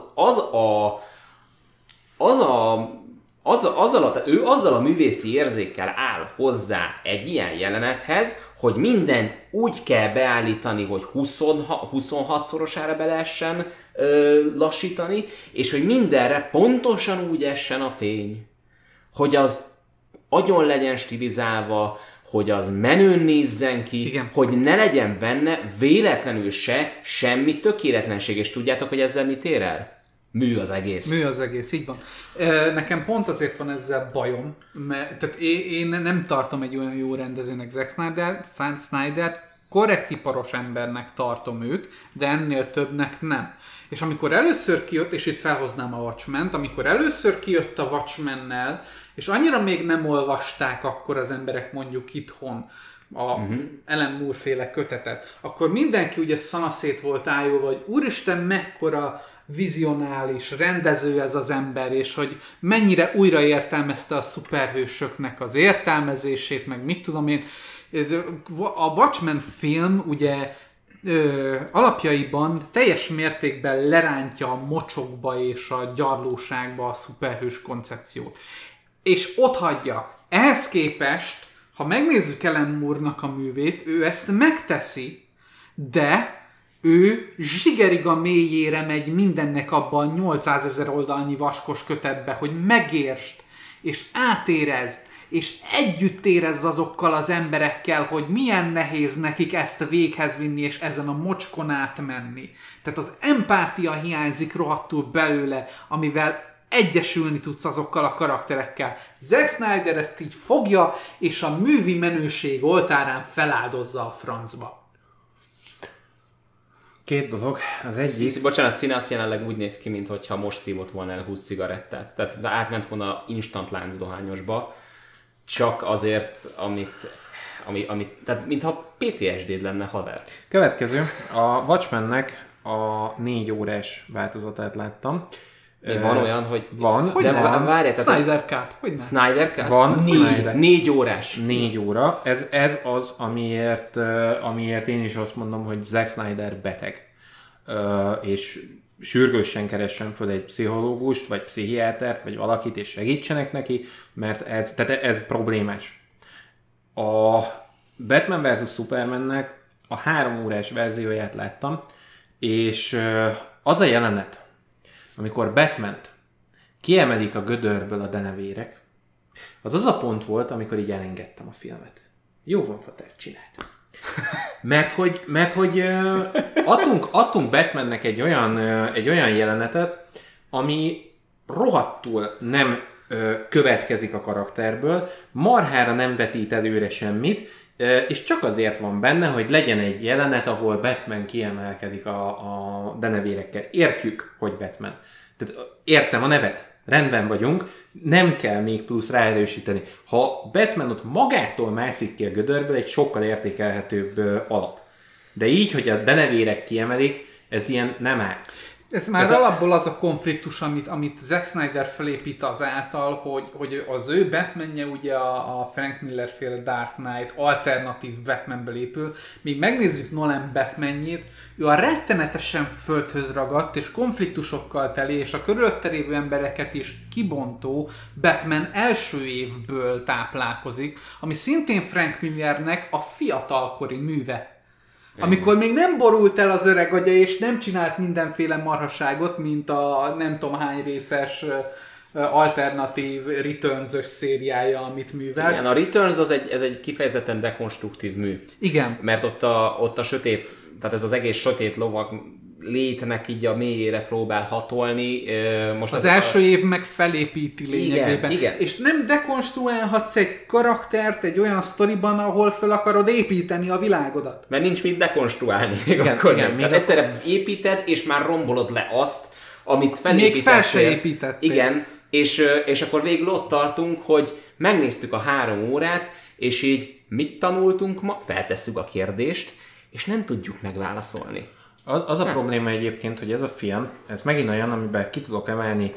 ő azzal a művészi érzékkel áll hozzá egy ilyen jelenethez, hogy mindent úgy kell beállítani, hogy 26-szorosára be lehessen lassítani, és hogy mindenre pontosan úgy essen a fény, hogy az agyon legyen stilizálva, hogy az menőn nézzen ki, igen. Hogy ne legyen benne véletlenül se semmi tökéletlenség, és tudjátok, hogy ezzel mit ér el? Mű az egész, így van. Nekem pont azért van ezzel bajom, mert tehát én nem tartom egy olyan jó rendezőnek Zack Snyder, korrekt iparos embernek tartom őt, de ennél többnek nem. És amikor először kijött, és itt felhoznám a Watchmen-t, amikor először kijött a Watchmen-nel, és annyira még nem olvasták akkor az emberek mondjuk itthon a Alan Moore-féle kötetet, akkor mindenki ugye szanaszét volt állva, hogy úristen, mekkora vizionális rendező ez az ember, és hogy mennyire újraértelmezte a szuperhősöknek az értelmezését, meg mit tudom én. A Watchmen film ugye alapjaiban teljes mértékben lerántja a mocsokba és a gyarlóságba a szuperhős koncepciót. És ott hagyja. Ehhez képest, ha megnézzük Alan Moore-nak a művét, ő ezt megteszi, de ő zsigerig a mélyére megy mindennek abban 800 000 oldalnyi vaskos kötetbe, hogy megértsd, és átérezd, és együtt érezz azokkal az emberekkel, hogy milyen nehéz nekik ezt véghez vinni, és ezen a mocskon átmenni. Tehát az empátia hiányzik rohadtul belőle, amivel egyesülni tudsz azokkal a karakterekkel. Zack Snyder ezt így fogja, és a művi menőség oltárán feláldozza a francba. Két dolog. Az egyik... Bocsánat, színász jelenleg úgy néz ki, mintha most szívott volna el 20 cigarettát. Tehát átment volna instant láncdohányosba, csak azért, tehát mintha PTSD-d lenne, haver. Következő. A Watchmennek a 4 órás változatát láttam. Van olyan, hogy... Van. De várjál. Snyder Cut. Hogyne? Snyder Cut? Van. 4 órás. 4 óra. Ez az, amiért én is azt mondom, hogy Zack Snyder beteg. És sürgősen keressen föl egy pszichológust, vagy pszichiátert, vagy valakit, és segítsenek neki, mert ez problémás. A Batman vs. Supermannek a 3 órás verzióját láttam, és az a jelenet, amikor Batmant kiemelik a gödörből a denevérek, az a pont volt, amikor így elengedtem a filmet. Jó van, Fater, csináld. Mert hogy adtunk Batmannek egy olyan jelenetet, ami rohadtul nem következik a karakterből, marhára nem vetít előre semmit, és csak azért van benne, hogy legyen egy jelenet, ahol Batman kiemelkedik a denevérekkel. Értjük, hogy Batman. Tehát értem a nevet, rendben vagyunk, nem kell még plusz ráerősíteni. Ha Batman ott magától mászik ki a gödörből, egy sokkal értékelhetőbb alap. De így, hogy a denevérek kiemelik, ez ilyen nem áll. Ez már alapból az a konfliktus, amit Zack Snyder felépít azáltal, hogy az ő Batmanje ugye a Frank Miller féle Dark Knight alternatív Batmanből épül. Míg megnézzük Nolan Batmanjét, ő a rettenetesen földhöz ragadt és konfliktusokkal teli, és a körülötte lévő embereket is kibontó Batman első évből táplálkozik, ami szintén Frank Millernek a fiatalkori műve. Amikor még nem borult el az öreg agya, és nem csinált mindenféle marhaságot, mint a nem tudom hány részes alternatív Returns-ös szériája, amit művel. Igen, a Returns ez egy kifejezetten dekonstruktív mű. Igen. Mert ott a sötét, tehát ez az egész sötét lovag létnek így a mélyére próbál hatolni. Most az első év meg felépíti lényegében. Igen. És nem dekonstruálhatsz egy karaktert egy olyan sztoriban, ahol fel akarod építeni a világodat. Mert nincs mit dekonstruálni. Igen. Tehát egyszerre építed, és már rombolod le azt, amit felépítettél. Még fel se építettél. Igen, és akkor végül ott tartunk, hogy megnéztük a 3 órát, és így mit tanultunk ma? Feltesszük a kérdést, és nem tudjuk megválaszolni. Az a probléma egyébként, hogy ez a film, ez megint olyan, amiben ki tudok emelni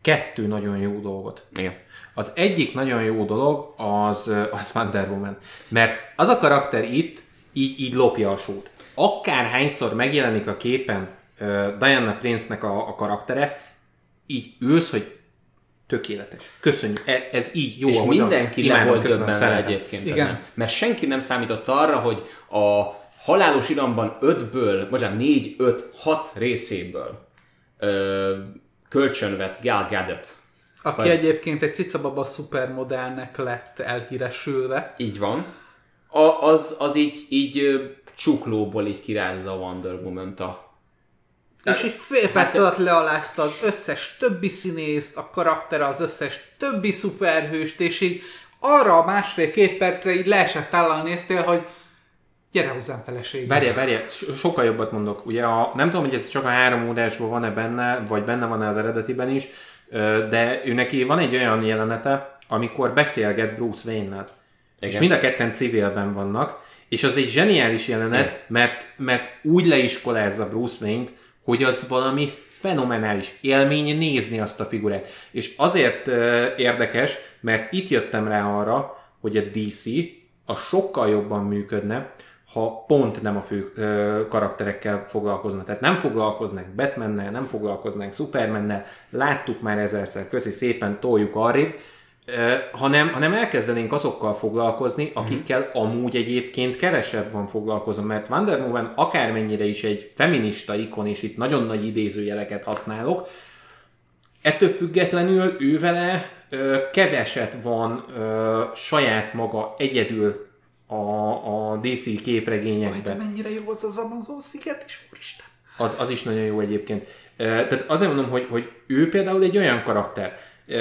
2 nagyon jó dolgot. Igen. Az egyik nagyon jó dolog az Wonder Woman. Mert az a karakter itt így lopja a sót. Akárhányszor megjelenik a képen Diana Prince-nek a karaktere, így ülsz, hogy tökéletes. Köszönjük. Ez így jó. És mindenki le volt döbbenve egyébként. Igen. Mert senki nem számított arra, hogy a Halálos Iramban 4, 5, 6 részéből kölcsönvett Gal Gadot. Aki egyébként egy cicababa szupermodellnek lett elhíresülve. Így van. Az így csuklóból így kirázza a Wonder Woman-t. És egy fél perc alatt lealázta az összes többi színészt, a karaktere az összes többi szuperhőst, és így arra a 1,5-2 percre így leesett állal néztél, hogy gyere hozzám feleségem. Várjál, sokkal jobbat mondok. Ugye nem tudom, hogy ez csak a 3 órásból van-e benne, vagy benne van-e az eredetiben is, de ő neki van egy olyan jelenete, amikor beszélget Bruce Wayne-nel. És mind a ketten civilben vannak, és az egy zseniális jelenet, mert úgy leiskolázza Bruce Wayne-t, hogy az valami fenomenális élmény nézni azt a figurát. És azért érdekes, mert itt jöttem rá arra, hogy a DC a sokkal jobban működne, ha pont nem a fő karakterekkel foglalkoznak. Tehát nem foglalkoznak Batmannel, nem foglalkoznak Supermannel, láttuk már ezerszer, köszi szépen, toljuk arrébb, hanem elkezdenénk azokkal foglalkozni, akikkel amúgy egyébként kevesebb van foglalkozom, mert Wonder Woman akármennyire is egy feminista ikon, és itt nagyon nagy idézőjeleket használok, ettől függetlenül ővele keveset van saját maga egyedül a DC képregényekben. De mennyire jó az Amazon sziget is, úristen! Az is nagyon jó egyébként. Tehát azért mondom, hogy ő például egy olyan karakter.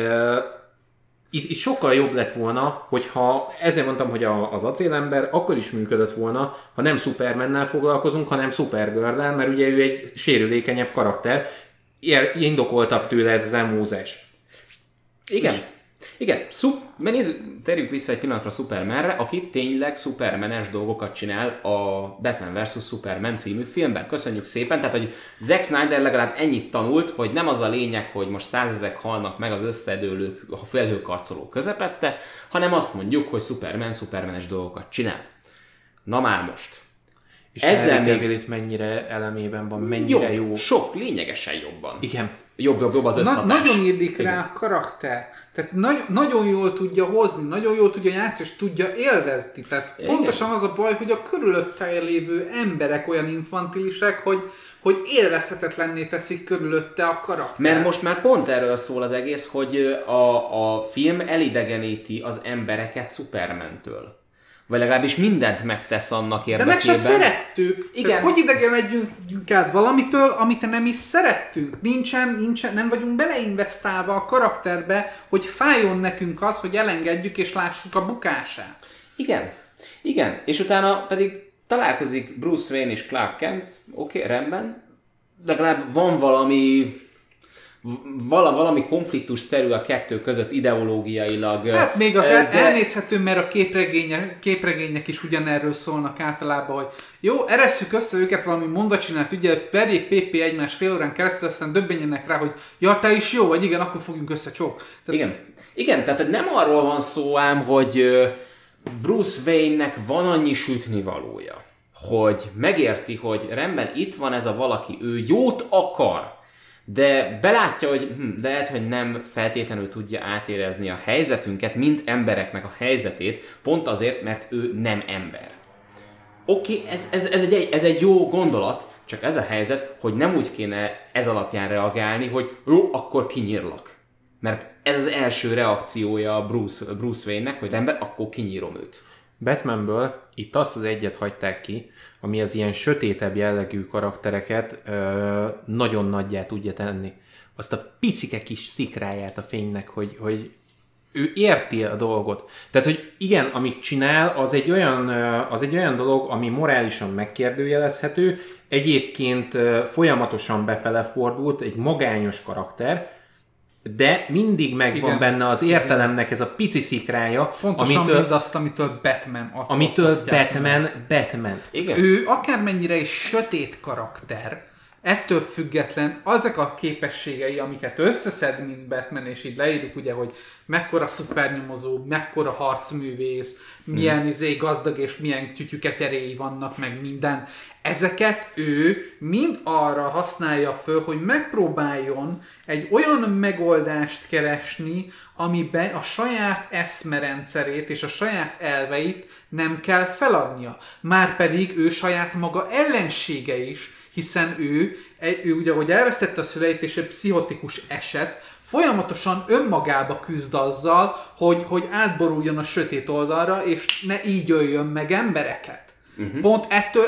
Itt sokkal jobb lett volna, hogyha, ezért mondtam, hogy az acélember akkor is működött volna, ha nem Supermannel foglalkozunk, hanem Supergirl-lel, mert ugye ő egy sérülékenyebb karakter. Indokoltabb tőle ez az emózás. Igen. Igen, térjünk vissza egy pillanatra Supermanre, aki tényleg Supermanes dolgokat csinál a Batman vs. Superman című filmben. Köszönjük szépen, tehát hogy Zack Snyder legalább ennyit tanult, hogy nem az a lényeg, hogy most 100 000 halnak meg az összedőlő, a felhőkarcoló közepette, hanem azt mondjuk, hogy Superman Supermanes dolgokat csinál. Na már most. És ezzel még mennyire elemében van, mennyire jó. Sok, lényegesen jobban. Igen. Jobb az összhatás. Nagyon illik rá a karakter. Tehát nagyon jól tudja hozni, nagyon jól tudja játszani, és tudja élvezni. Tehát pontosan az a baj, hogy a körülötte lévő emberek olyan infantilisek, hogy élvezhetetlenné teszik körülötte a karakter. Mert most már pont erről szól az egész, hogy a film elidegeníti az embereket Supermantől. Vagy legalábbis mindent megtesz annak érdekében. De meg se szerettük. Igen. Tehát hogy idegenedjünk el valamitől, amit nem is szerettünk. Nincsen, nem vagyunk beleinvestálva a karakterbe, hogy fájjon nekünk az, hogy elengedjük és lássuk a bukását. Igen. Igen, és utána pedig találkozik Bruce Wayne és Clark Kent, oké, rendben, legalább van valami konfliktusszerű a kettő között ideológiailag. Hát még az elnézhető, mert a képregények is ugyanerről szólnak általában, hogy jó, eresszük össze őket valami mondvacsinát, ugye verjék PP egymás fél órán keresztül, aztán döbbenjenek rá, hogy ja, te is jó, vagy igen, akkor fogjunk össze, csók. Igen, tehát nem arról van szó ám, hogy Bruce Wayne-nek van annyi sütnivalója, hogy megérti, hogy rendben itt van ez a valaki, ő jót akar, de belátja, hogy lehet, hogy nem feltétlenül tudja átérezni a helyzetünket, mint embereknek a helyzetét, pont azért, mert ő nem ember. Oké, ez egy jó gondolat, csak ez a helyzet, hogy nem úgy kéne ez alapján reagálni, hogy jó, akkor kinyírlak. Mert ez az első reakciója Bruce Wayne-nek, hogy rendben, akkor kinyírom őt. Batmanből itt azt az egyet hagyták ki, ami az ilyen sötétebb jellegű karaktereket nagyon nagyjá tudja tenni. Azt a picike kis szikráját a fénynek, hogy ő érti a dolgot. Tehát, hogy igen, amit csinál, az egy olyan dolog, ami morálisan megkérdőjelezhető, egyébként folyamatosan befele fordult, egy magányos karakter, de mindig megvan benne az értelemnek ez a pici szikrája. Pontosan mindazt, amitől Batman Batman. Igen. Ő akármennyire is sötét karakter, ettől független azok a képességei, amiket összeszed, mint Batman, és így leírjuk ugye, hogy mekkora szupernyomozó, mekkora harcművész, milyen gazdag és milyen tyütyüketyeréi vannak, meg minden. Ezeket ő mind arra használja föl, hogy megpróbáljon egy olyan megoldást keresni, amiben a saját eszmerendszerét és a saját elveit nem kell feladnia. Márpedig ő saját maga ellensége is, hiszen ő ugye, ahogy elvesztette a szüleit, és egy pszichotikus eset, folyamatosan önmagába küzd azzal, hogy átboruljon a sötét oldalra, és ne így öljön meg embereket. Pont ettől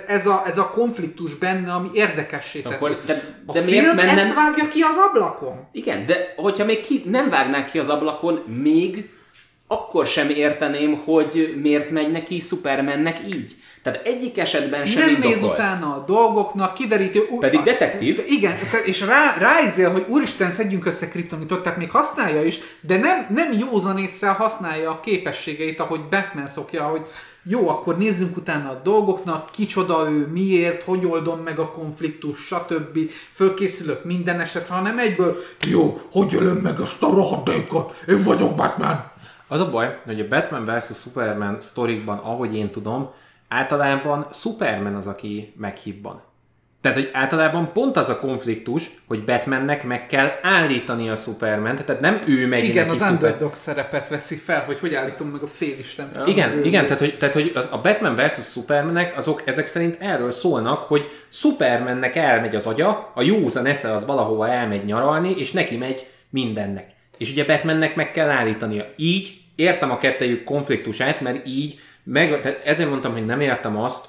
ez a konfliktus benne, ami érdekessé teszi. A film ezt vágja ki az ablakon. Igen, de hogyha még nem vágnák ki az ablakon, még akkor sem érteném, hogy miért megy neki Supermannek így. Tehát egyik esetben sem indokolt. Nem néz utána a dolgoknak, kideríti... Pedig detektív. Igen, és ráizél, hogy úristen, szedjünk össze kriptonitot, tehát még használja is, de nem józan ésszel használja a képességeit, ahogy Batman szokja, hogy jó, akkor nézzünk utána a dolgoknak, kicsoda ő, miért, hogy oldom meg a konfliktus, stb. Fölkészülök minden esetre, hanem egyből, jó, hogy ölöm meg azt a rohadékot, én vagyok Batman. Az a baj, hogy a Batman vs. Superman sztorikban, ahogy én tudom, általában Superman az, aki meghibban. Tehát, hogy általában pont az a konfliktus, hogy Batmannek meg kell állítani a Supermant, tehát nem ő megy. Igen, az underdog szerepet veszi fel, hogy állítom meg a félistent. Igen, tehát, hogy a Batman vs. Supermannek azok ezek szerint erről szólnak, hogy Supermannek elmegy az agya, a józan esze az valahova elmegy nyaralni, és neki megy mindennek. És ugye Batmannek meg kell állítania. Így értem a kettejük konfliktusát, mert így tehát ezért mondtam, hogy nem értem azt,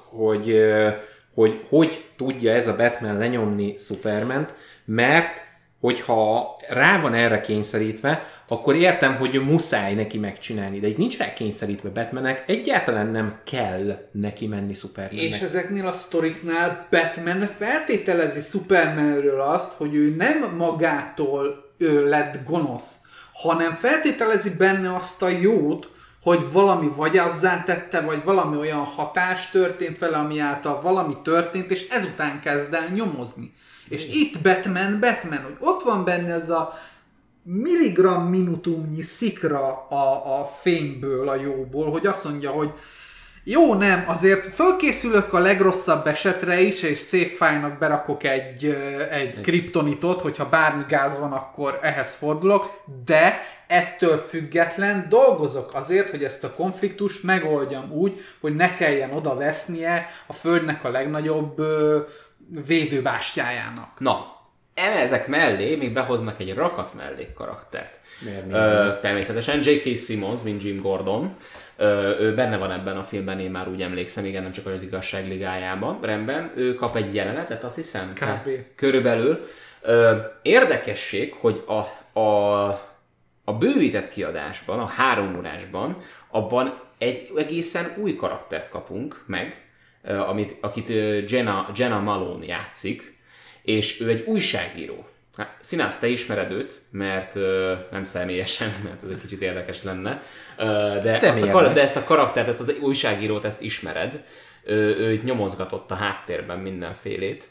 hogy tudja ez a Batman lenyomni Supermant, mert hogyha rá van erre kényszerítve, akkor értem, hogy muszáj neki megcsinálni, de itt nincs rá kényszerítve Batmannek, egyáltalán nem kell neki menni Supermannek. És ezeknél a sztoriknál Batman feltételezi Supermanről azt, hogy ő nem magától lett gonosz, hanem feltételezi benne azt a jót, hogy valami vagy azzá tette, vagy valami olyan hatás történt vele, ami által valami történt, és ezután kezd el nyomozni. És itt Batman, hogy ott van benne ez a milligram minutumnyi szikra a fényből, a jóból, hogy azt mondja, hogy jó, nem, azért fölkészülök a legrosszabb esetre is, és Safe File-nak berakok egy kriptonitot, hogyha bármi gáz van, akkor ehhez fordulok, de ettől független dolgozok azért, hogy ezt a konfliktust megoldjam úgy, hogy ne kelljen oda vesznie a Földnek a legnagyobb védőbástyájának. Na, ezek mellé még behoznak egy rakat mellékkaraktert. Természetesen J.K. Simmons, mint Jim Gordon. Ő benne van ebben a filmben, én már úgy emlékszem, igen, nem csak az Igazság Ligájában. Rendben, ő kap egy jelenetet, azt hiszem. Körülbelül. Érdekesség, hogy a bővített kiadásban, a 3 órásban, abban egy egészen új karaktert kapunk meg, akit Jenna Malone játszik, és ő egy újságíró. Hát, Színász, te ismered őt, mert nem személyesen, mert ez egy kicsit érdekes lenne, de ezt a karaktert, ezt az újságírót, ezt ismered. Ő itt nyomozgatott a háttérben mindenfélét.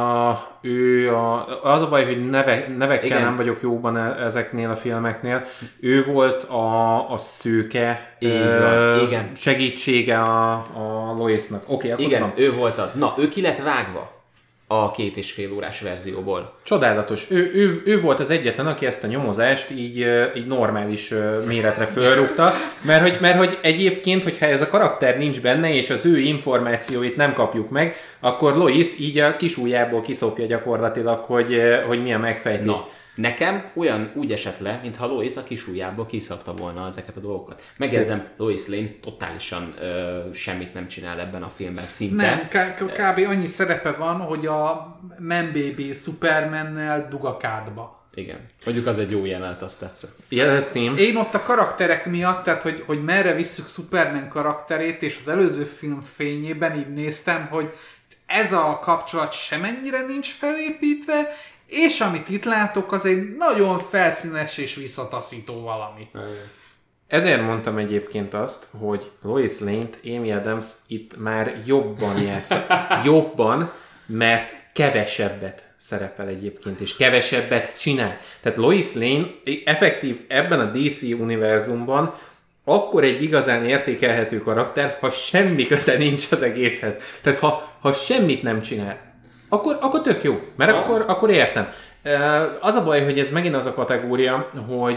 Az a baj, hogy nevekkel nem vagyok jóban ezeknél a filmeknél. Ő volt a szőke igen. segítsége a Loisnak. Okay, igen, tudom. Ő volt az. Na, ő ki lett vágva a 2,5 órás verzióból. Csodálatos. Ő volt az egyetlen, aki ezt a nyomozást így normális méretre fölrúgta, mert hogy egyébként, hogyha ez a karakter nincs benne, és az ő információit nem kapjuk meg, akkor Lois így a kis ujjából kiszopja gyakorlatilag, hogy mi a megfejtés. Na, nekem úgy esett le, mintha Lois a kis ujjából kiszabta volna ezeket a dolgokat. Megjegyzem, Lois Lane totálisan semmit nem csinál ebben a filmben szinte. Nem, kb. Annyi szerepe van, hogy a Man Baby Supermannel dug a kádba. Igen. Mondjuk az egy jó jelenet, azt tetszett. Jelezném. Én ott a karakterek miatt, tehát hogy merre visszük Superman karakterét, és az előző film fényében így néztem, hogy ez a kapcsolat semennyire nincs felépítve, és amit itt látok, az egy nagyon felszínes és visszataszító valami. Ezért mondtam egyébként azt, hogy Lois Lane-t Amy Adams itt már jobban játszik. Jobban, mert kevesebbet szerepel egyébként, és kevesebbet csinál. Tehát Lois Lane effektív ebben a DC univerzumban akkor egy igazán értékelhető karakter, ha semmi köze nincs az egészhez. Tehát ha semmit nem csinál, akkor tök jó, mert akkor értem. Az a baj, hogy ez megint az a kategória,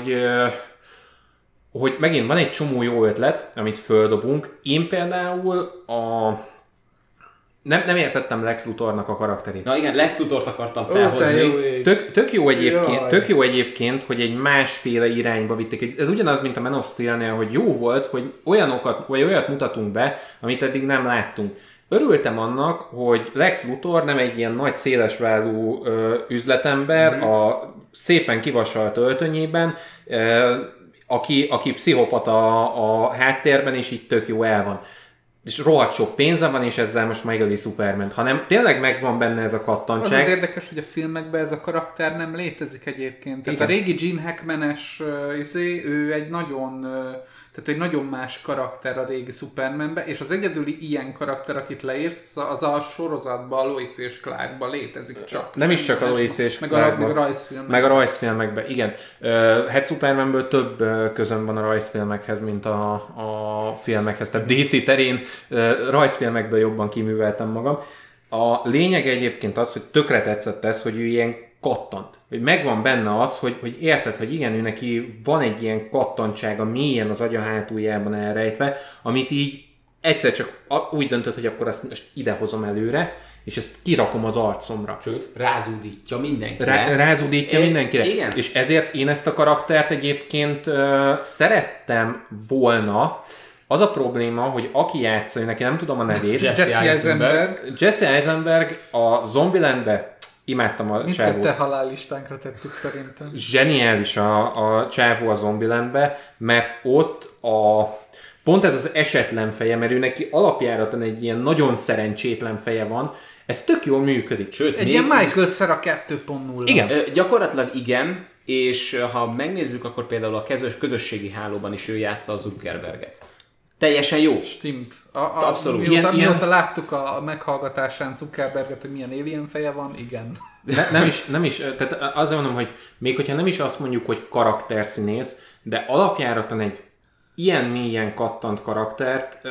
hogy megint van egy csomó jó ötlet, amit földobunk. Én például nem értettem Lex Luthornak a karakterét. Na igen, Lex Luthort akartam felhozni. Tök jó egyébként, hogy egy másféle irányba vitték. Ez ugyanaz, mint a Man of Steel-nél, hogy jó volt, hogy olyat mutatunk be, amit eddig nem láttunk. Örültem annak, hogy Lex Luthor nem egy ilyen nagy szélesvállú üzletember, a szépen kivasalt öltönyében, aki pszichopata a háttérben, és így tök jó el van. És rohadt sok pénze van, és ezzel most megöli Superman-t. Hanem tényleg megvan benne ez a kattantság. Az érdekes, hogy a filmekben ez a karakter nem létezik egyébként. Tehát a régi Gene Hackman-es ő egy nagyon... Tehát egy nagyon más karakter a régi Supermanben, és az egyedüli ilyen karakter, akit leírsz, az a sorozatban, a Lois és Clarkban létezik csak. Nem is csak a Lois és Clarkban. Meg a rajzfilmekben. Meg a rajzfilmekben, igen. Hát Supermanből több közön van a rajzfilmekhez, mint a filmekhez. Tehát DC terén rajzfilmekből jobban kiműveltem magam. A lényeg egyébként az, hogy tökre tetszett ez, hogy ő ilyen kattant. Hogy megvan benne az, hogy érted, hogy igen, ő neki van egy ilyen kattantsága mélyen az agya hátuljában elrejtve, amit így egyszer csak úgy döntött, hogy akkor azt most idehozom előre, és ezt kirakom az arcomra. Sőt, rázúdítja mindenkire. Rázúdítja mindenkire. Igen. És ezért én ezt a karaktert egyébként szerettem volna. Az a probléma, hogy aki játsza, neki nem tudom a nevét. Jesse Eisenberg. Jesse Eisenberg a Zombielandbe imádtam a csávót. Mindketten halállistánkra tettük szerintem. Zseniális a csávó a Zombielandbe, mert ott pont ez az esetlen feje, mert ő neki alapjáraton egy ilyen nagyon szerencsétlen feje van, ez tök jól működik. Sőt, egy ilyen Michael Cera 2.0. Igen. Gyakorlatilag igen, és ha megnézzük, akkor például a közösségi hálóban is ő játsza a Zuckerberget. Teljesen jó. Stimmt. Abszolút. Mióta láttuk a meghallgatásán Zuckerberget, hogy milyen alien feje van, igen. Nem is, tehát azt mondom, hogy még hogyha nem is azt mondjuk, hogy karakterszínész, de alapjáraton egy ilyen mélyen kattant karaktert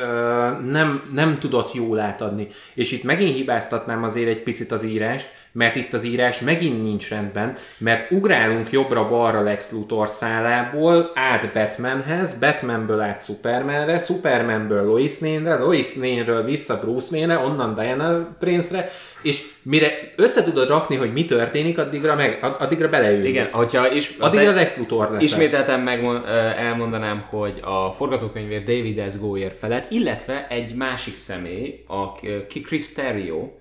nem tudott jól átadni. És itt megint hibáztatnám azért egy picit az írást, mert itt az írás megint nincs rendben, mert ugrálunk jobbra-balra Lex Luthor szálából át Batmanhez, Batmanből át Supermanre, Supermanből Lois Lane-re, Lois Lane-ről vissza Bruce Wayne-re, onnan Diana Prince-re, és mire össze tudod rakni, hogy mi történik, addigra beleülsz. Igen, addigra Lex Luthor lesz. Ismételten elmondanám, hogy a forgatókönyvért David S. Goyer felett, illetve egy másik személy, a Chris Terrio,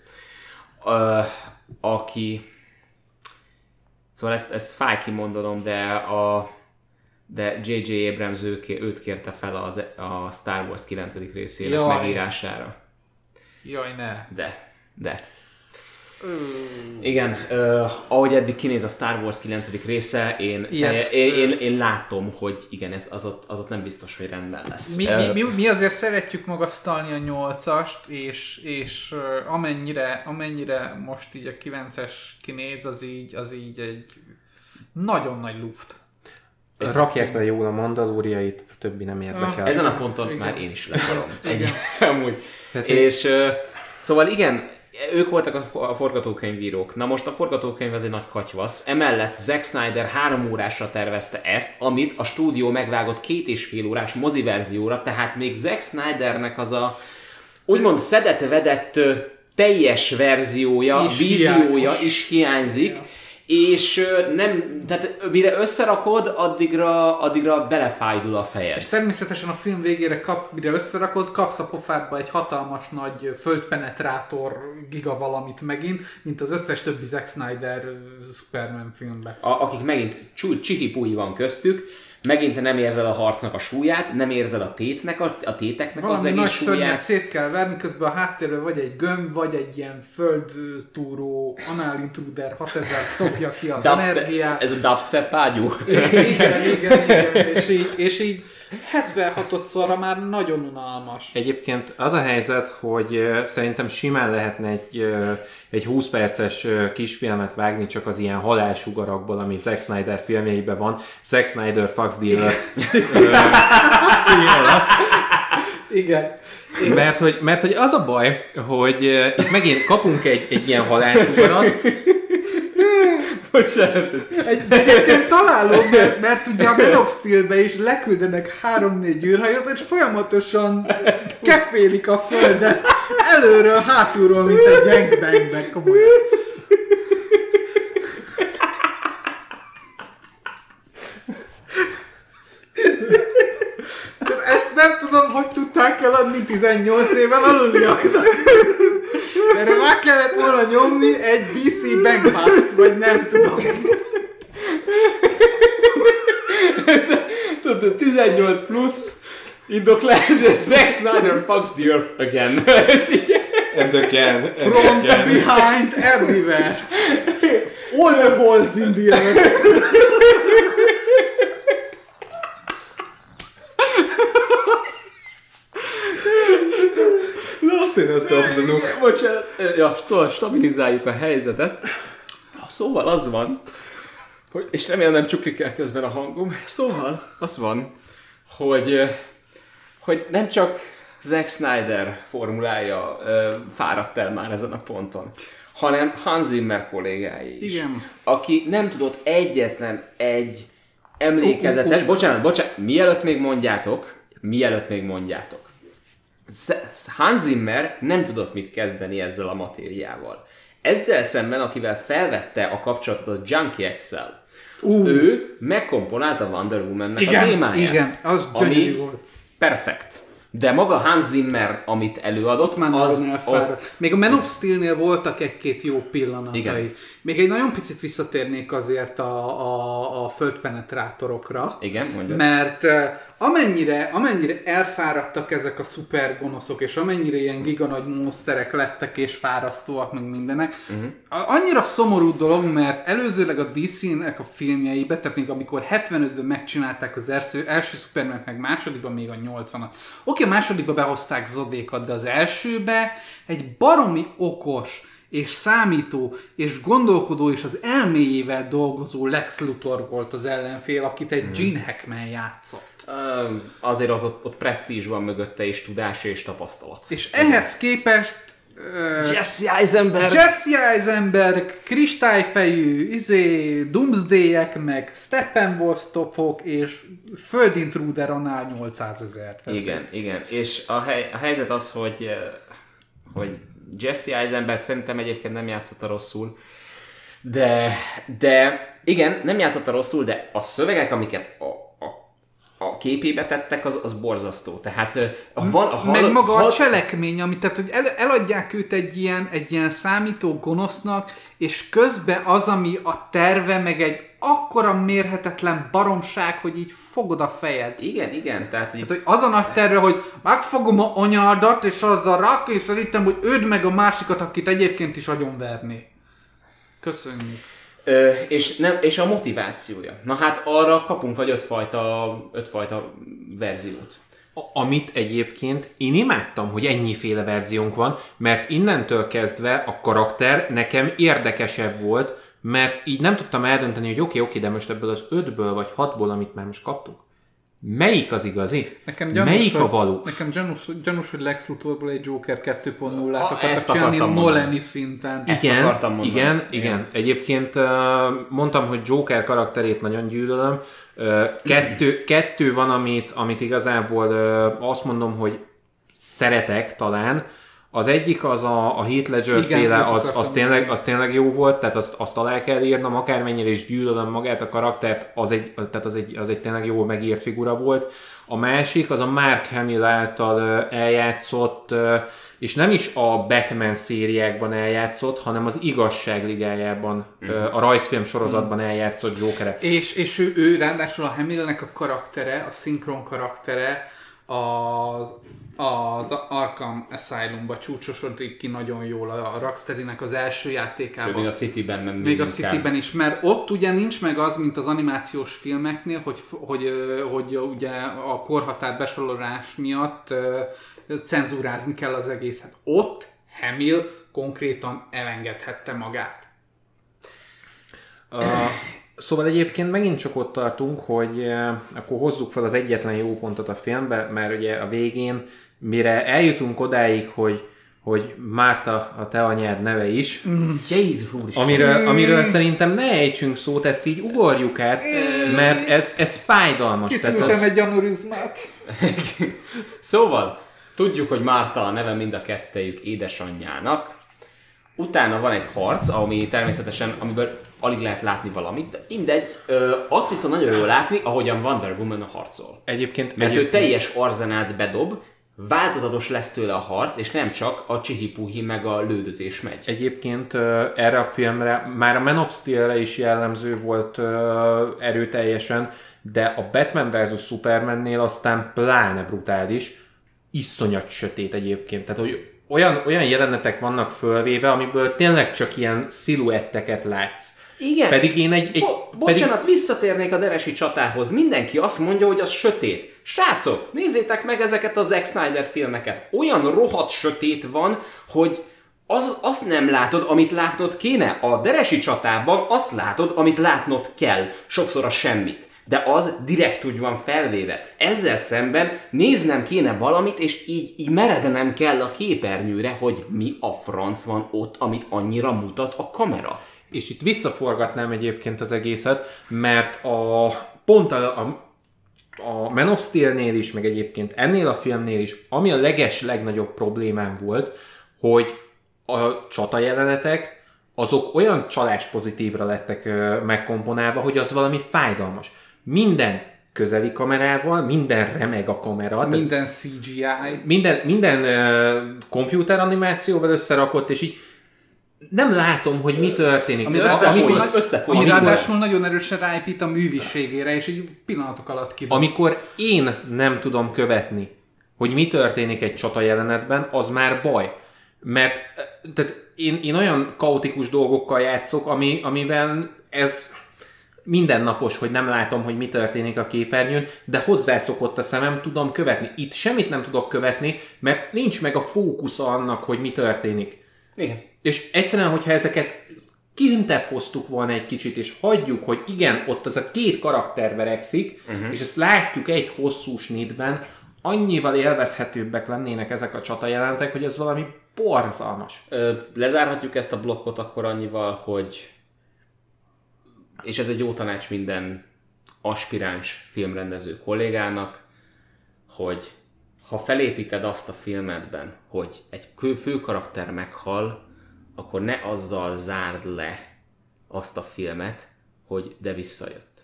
aki... Szóval ezt fáj kimondanom, de de J.J. Abrams őt kérte fel a Star Wars 9. részének megírására. Jaj, ne. De. Igen, ahogy eddig kinéz a Star Wars 9. része, én látom, hogy igen, az ott nem biztos, hogy rendben lesz. Mi azért szeretjük magasztalni a 8-ast, és amennyire most így a 9-es kinéz, az így egy nagyon nagy luft. Rakják le jól a mandalóriait, a többi nem érdekel. Ezen a ponton igen. Már én is lekarom. Amúgy. És szóval igen, ők voltak a forgatókönyvírók. Na most a forgatókönyv ez egy nagy katyvasz. Emellett Zack Snyder 3 órásra tervezte ezt, amit a stúdió megvágott 2,5 órás moziverzióra, tehát még Zack Snydernek az a úgymond szedett-vedett teljes verziója, víziója is hiányzik. Ja. És nem, tehát mire összerakod, addigra belefájdul a fejed. És természetesen a film végére mire összerakod, kapsz a pofádba egy hatalmas nagy földpenetrátor giga valamit megint, mint az összes többi Zack Snyder Superman filmben. Akik megint csihi-puhi van köztük, megint nem érzel a harcnak a súlyát, nem érzel a téteknek valami az egész nagy súlyát. szörnyet szét kell verni, közben a háttérben vagy egy gömb, vagy egy ilyen földtúró Anal Intruder 6000 szopja ki az energiát. Ez a dubstep ágyú. Igen. És így 76-szorra már nagyon unalmas. Egyébként az a helyzet, hogy szerintem simán lehetne egy 20 perces kisfilmet vágni csak az ilyen halálsugarakból, ami Zack Snyder filmjeiben van. Zack Snyder Fucks the Earth cím alatt. Igen. Mert hogy az a baj, hogy itt megint kapunk egy ilyen halálsugarat. Egyébként találom, mert ugye a Man of Steel-be is leküldenek 3-4 űrhajót, és folyamatosan kefélik a földet előről, hátulról, mint egy gangbangben, komolyan. Ezt nem tudom, hogy tudták eladni 18 éven aluliaknak. Erre rá kellett volna nyomni egy DC Bang Pass, vagy nem tudom. Tudod, 18 plusz indoklás, Zack Snyder fucks the earth again. And again. From behind, everywhere. All the holes in the earth. Bocsánat, stabilizáljuk a helyzetet. Szóval az van, hogy, és remélem nem csuklik el közben a hangom, szóval az van, hogy nem csak Zack Snyder formulája fáradt el már ezen a ponton, hanem Hans Zimmer kollégái is. Igen. Aki nem tudott egyetlen egy emlékezetes, bocsánat, mielőtt még mondjátok, Hans Zimmer nem tudott mit kezdeni ezzel a matériával. Ezzel szemben, akivel felvette a kapcsolatot, az Junkie XL. Ő megkomponálta Wonder Woman-nek a témáját. Igen, az gyönyörű volt. Perfekt. De maga Hans Zimmer, amit előadott, az ott... Még a Man of Steel-nél voltak egy-két jó pillanatai. Igen. Még egy nagyon picit visszatérnék azért a földpenetrátorokra. Igen, mondjad. Mert amennyire elfáradtak ezek a szuper gonoszok, és amennyire ilyen giganagy monsterek lettek, és fárasztóak, meg mindenek, annyira szomorú dolog, mert előzőleg a DC-nek a filmjeibe, tehát még amikor 75-ben megcsinálták az első Superman, meg másodikban még a 80-at. Oké, a másodikban behozták Zodékat, de az elsőbe egy baromi okos, és számító, és gondolkodó, és az elméjével dolgozó Lex Luthor volt az ellenfél, akit egy Gene Hackman játszott. Azért az ott presztízs van mögötte, és tudás, és tapasztalat. És ehhez képest Jesse Eisenberg, kristályfejű, Doomsday-ek, meg Steppenwolf-topok, és földintruder annál 800 000. Igen. És a helyzet az, hogy Jesse Eisenberg szerintem egyébként nem játszotta rosszul, de igen, nem játszotta rosszul, de a szövegek, amiket a képébe tettek, az borzasztó. Tehát meg maga a cselekmény, amit tehát, hogy eladják őt egy ilyen számító gonosznak, és közben az, ami a terve, meg egy akkora mérhetetlen baromság, hogy így fogod a fejed. Igen, tehát hogy az a nagy terve, hogy megfogom a anyádat, és azzal rákényszerítem, hogy öld meg a másikat, akit egyébként is agyonverni. Köszönjük. És a motivációja. Na hát arra kapunk vagy öt fajta verziót. Amit egyébként én imádtam, hogy ennyiféle verziónk van, mert innentől kezdve a karakter nekem érdekesebb volt, mert így nem tudtam eldönteni, hogy oké, de most ebből az 5-ből vagy 6-ból, amit már most kaptuk, melyik az igazi? Melyik a való? Nekem gyanús, hogy Lex Luthorból egy Joker 2.0-át akartak csinálni Nolani szinten. Igen. Egyébként mondtam, hogy Joker karakterét nagyon gyűlölöm. Kettő van, amit igazából azt mondom, hogy szeretek talán. Az egyik az a Heath Ledger féle, az tényleg jó volt, tehát azt alá kell írnom, akármennyire is gyűlölöm magát a karaktert, az egy tényleg jó megírt figura volt. A másik az a Mark Hamill által eljátszott, és nem is a Batman szériákban eljátszott, hanem az Igazság Ligájában, a rajzfilm sorozatban eljátszott Joker. És ő ráadásul a Hamillnek a karaktere, a szinkron karaktere, az Arkham Asylumba csúcsosodik ki nagyon jól a Rocksteadynek az első játékában. Még a Cityben még a Cityben is, mert ott ugye nincs meg az, mint az animációs filmeknél, hogy ugye a korhatár besorolás miatt cenzúrázni kell az egészet. Ott Hamill konkrétan elengedhette magát. Szóval egyébként megint csak ott tartunk, hogy akkor hozzuk fel az egyetlen jó pontot a filmbe, mert ugye a végén, mire eljutunk odáig, hogy Márta a te anyád neve is, Jézus Úristen! Amiről szerintem ne ejtsünk szót, ezt így ugorjuk át, mert ez fájdalmas. Kiszültem egy aneurizmát. Szóval, tudjuk, hogy Márta a neve mind a kettejük édesanyjának. Utána van egy harc, ami természetesen, amiből alig lehet látni valamit, de mindegy. Azt viszont nagyon jól látni, ahogyan Wonder Woman harcol. Mert ő teljes arzenát bedob, változatos lesz tőle a harc, és nem csak a csihipuhi meg a lődözés megy. Egyébként erre a filmre, már a Man of Steel-re is jellemző volt erőteljesen, de a Batman vs. Supermannél aztán pláne brutális, iszonyat sötét egyébként. Tehát, hogy olyan jelenetek vannak fölvéve, amiből tényleg csak ilyen sziluetteket látsz. Igen. Pedig én Bocsánat, visszatérnék a deresi csatához. Mindenki azt mondja, hogy az sötét. Srácok, nézzétek meg ezeket a Zack Snyder filmeket. Olyan rohadt sötét van, hogy azt nem látod, amit látnod kéne. A deresi csatában azt látod, amit látnod kell. Sokszor a semmit. De az direkt úgy van felvéve. Ezzel szemben néznem kéne valamit, és így merednem kell a képernyőre, hogy mi a franc van ott, amit annyira mutat a kamera. És itt visszaforgatnám egyébként az egészet, mert pont a Man of Steel-nél is, meg egyébként ennél a filmnél is, ami a legnagyobb problémám volt, hogy a csatajelenetek, azok olyan csalás pozitívra lettek megkomponálva, hogy az valami fájdalmas. Minden közeli kamerával, minden remeg a kamera. Minden CGI. Minden komputeranimációval összerakott, és így nem látom, hogy mi történik. Ami ráadásul nagyon erősen ráépít a műviségére, és így pillanatok alatt kidob. Amikor én nem tudom követni, hogy mi történik egy csata jelenetben, az már baj. Mert tehát én olyan kaotikus dolgokkal játszok, amivel ez mindennapos, hogy nem látom, hogy mi történik a képernyőn, de hozzászokott a szemem, tudom követni. Itt semmit nem tudok követni, mert nincs meg a fókusz annak, hogy mi történik. Igen. És egyszerűen, hogyha ezeket kintebb hoztuk volna egy kicsit, és hagyjuk, hogy igen, ott az a két karakter verekszik, és ezt látjuk egy hosszú snitben, annyival élvezhetőbbek lennének ezek a csatajelentek, hogy ez valami borzalmas. Lezárhatjuk ezt a blokkot akkor annyival, hogy és ez egy jó tanács minden aspiráns filmrendező kollégának, hogy ha felépíted azt a filmedben, hogy egy fő karakter meghal, akkor ne azzal zárd le azt a filmet, hogy de visszajött.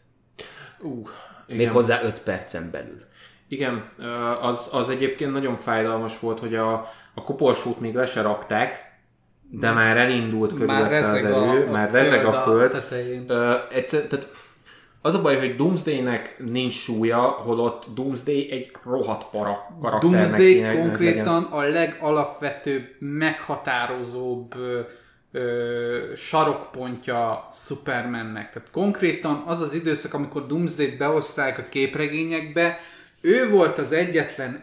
Méghozzá 5 percen belül. Igen, az egyébként nagyon fájdalmas volt, hogy a koporsót még le se rakták, de már elindult körülötte az erő, már rezeg a föld. Tehát az a baj, hogy Doomsday-nek nincs súlya, holott Doomsday egy rohadt para karakternek. Doomsday konkrétan a legalapvetőbb, meghatározóbb sarokpontja Supermannek. Tehát konkrétan az az időszak, amikor Doomsday-t behozták a képregényekbe, ő volt az egyetlen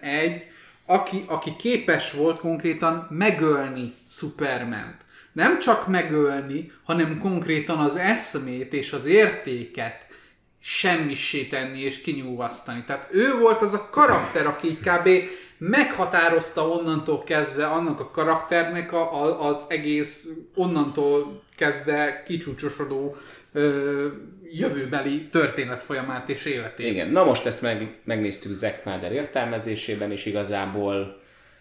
aki képes volt konkrétan megölni Supermant. Nem csak megölni, hanem konkrétan az eszmét és az értéket semmissé tenni és kinyúvasztani. Tehát ő volt az a karakter, aki kb. Meghatározta onnantól kezdve annak a karakternek az egész onnantól kezdve kicsúcsosodó jövőbeli történet folyamát és életét. Igen, na most ezt megnéztük Zack Snyder értelmezésében, és igazából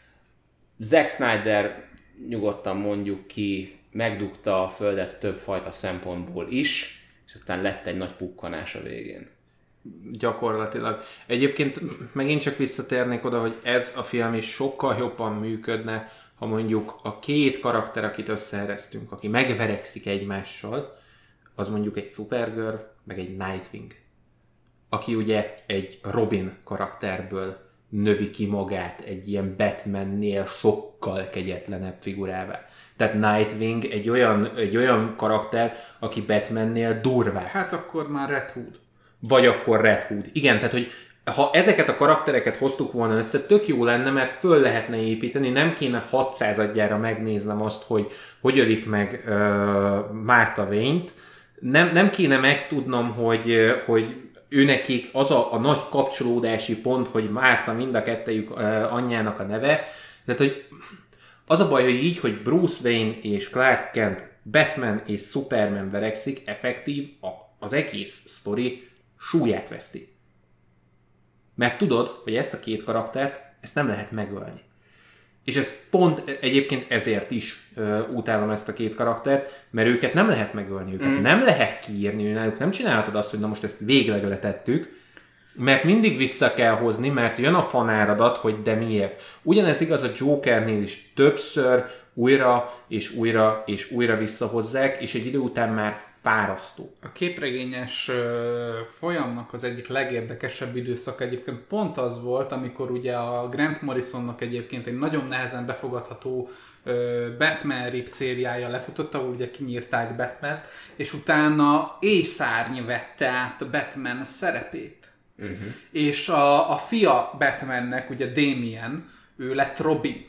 Zack Snyder, nyugodtan mondjuk ki, megdugta a földet többfajta szempontból is, és aztán lett egy nagy pukkanás a végén. Gyakorlatilag. Egyébként megint csak visszatérnék oda, hogy ez a film is sokkal jobban működne, ha mondjuk a két karakter, akit összeeresztünk, aki megverekszik egymással, az mondjuk egy Supergirl, meg egy Nightwing, aki ugye egy Robin karakterből növi ki magát egy ilyen Batmannél sokkal kegyetlenebb figurává. Tehát Nightwing egy olyan karakter, aki Batmannél durvább. Hát akkor már Red Hood. Vagy akkor Red Hood. Igen, tehát hogy ha ezeket a karaktereket hoztuk volna össze, tök jó lenne, mert föl lehetne építeni, nem kéne 600-adjára megnéznem azt, hogy ölik meg Martha Wayne-t, nem kéne megtudnom, hogy őnekik az a nagy kapcsolódási pont, hogy Martha mind a kettejük anyjának a neve. Tehát, hogy az a baj, hogy így, hogy Bruce Wayne és Clark Kent, Batman és Superman verekszik, effektív az egész sztori súlyát veszti. Mert tudod, hogy ezt a két karaktert, ezt nem lehet megölni. És ez pont egyébként ezért is utálom ezt a két karaktert, mert őket nem lehet megölni, őket nem lehet kiírni, náluk nem csinálhatod azt, hogy na most ezt végleg letettük, mert mindig vissza kell hozni, mert jön a fanáradat, hogy de miért. Ugyanez igaz a Jokernél is, többször újra és újra és újra visszahozzák, és egy idő után már fárasztó. A képregényes folyamnak az egyik legérdekesebb időszak egyébként pont az volt, amikor ugye a Grant Morrisonnak egyébként egy nagyon nehezen befogadható Batman Rip szériája lefutott, ahol ugye kinyírták Batman-t, és utána Éjszárny vette át a Batman szerepét. És a fia Batmannek, ugye Damien, ő lett Robin.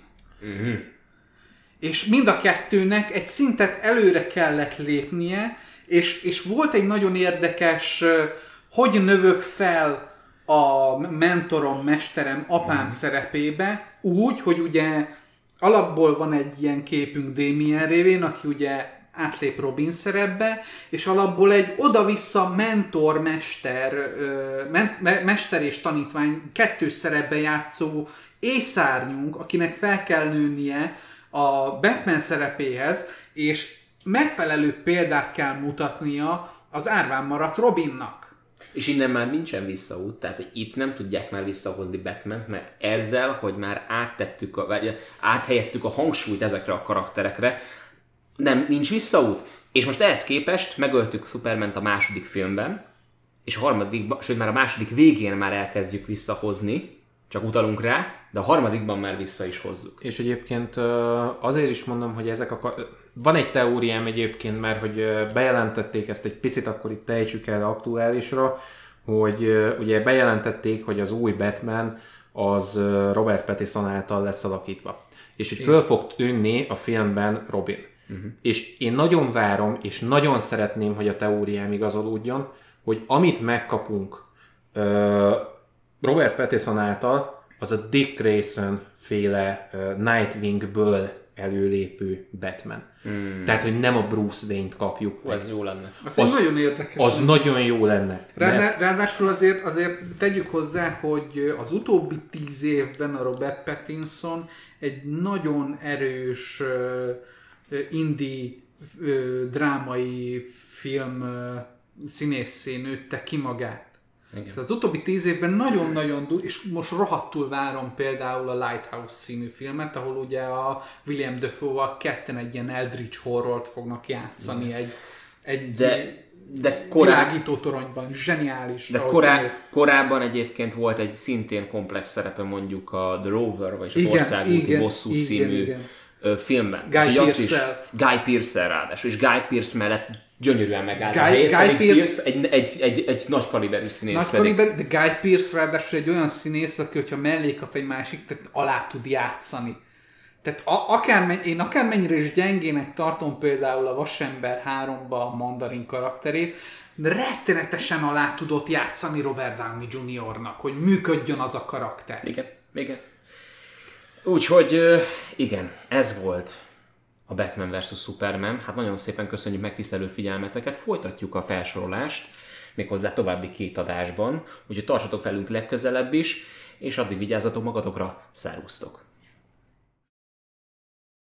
És mind a kettőnek egy szintet előre kellett lépnie, és volt egy nagyon érdekes, hogy növök fel a mentorom, mesterem, apám szerepébe, úgy, hogy ugye alapból van egy ilyen képünk Damien révén, aki ugye átlép Robin szerepbe, és alapból egy oda-vissza mentor-mester, mester és tanítvány kettős szerepbe játszó észárnyunk, akinek fel kell nőnie a Batman szerepéhez, és megfelelő példát kell mutatnia az árván maradt Robinnak. És innen már nincsen visszaút, tehát hogy itt nem tudják már visszahozni Batmant, mert ezzel, hogy már áthelyeztük a hangsúlyt ezekre a karakterekre, nincs visszaút. És most ehhez képest megöltük Supermant a második filmben, és a harmadikban, sőt már a második végén már elkezdjük visszahozni, csak utalunk rá, de a harmadikban már vissza is hozzuk. És egyébként azért is mondom, hogy van egy teóriám egyébként, mert hogy bejelentették ezt egy picit, akkor itt ejtsük el aktuálisra, hogy ugye bejelentették, hogy az új Batman az Robert Pattinson által lesz alakítva. És hogy föl fog tűnni a filmben Robin. És én nagyon várom, és nagyon szeretném, hogy a teóriám igazolódjon, hogy amit megkapunk Robert Pattinson által, az a Dick Grayson féle Nightwingből előlépő Batman. Tehát, hogy nem a Bruce Wayne-t kapjuk. Ez jó lenne. Az nagyon érdekes. Az nagyon jó lenne. Ráadásul azért tegyük hozzá, hogy az utóbbi 10 évben a Robert Pattinson egy nagyon erős indie drámai film színészé nőtte ki magát. Tehát az utóbbi 10 évben nagyon-nagyon és most rohadtul várom például a Lighthouse című filmet, ahol ugye a William Dafoe-val ketten egy ilyen Eldritch horrort fognak játszani egy világító toronyban. Zseniális. De korábban egyébként volt egy szintén komplex szerepe mondjuk a The Rover, vagy a Országúti Bosszú című filmben. Guy Pearce-el ráadásul, és Guy Pearce mellett gyönyörűen megállt a helyét, Guy Pearce egy nagy kaliberű színész. De Guy Pearce ráadásul egy olyan színész, aki, hogyha mellé kap egy másik, tehát alá tud játszani. Tehát én akármennyire is gyengének tartom például a Vasember 3-ba a Mandarin karakterét, de rettenetesen alá tudott játszani Robert Downey Jr.-nak, hogy működjön az a karakter. Igen. Úgyhogy igen, ez volt a Batman vs. Superman. Hát nagyon szépen köszönjük megtisztelő figyelmeteket, folytatjuk a felsorolást, méghozzá további 2 adásban, úgyhogy tartsatok velünk legközelebb is, és addig vigyázzatok magatokra, szervusztok!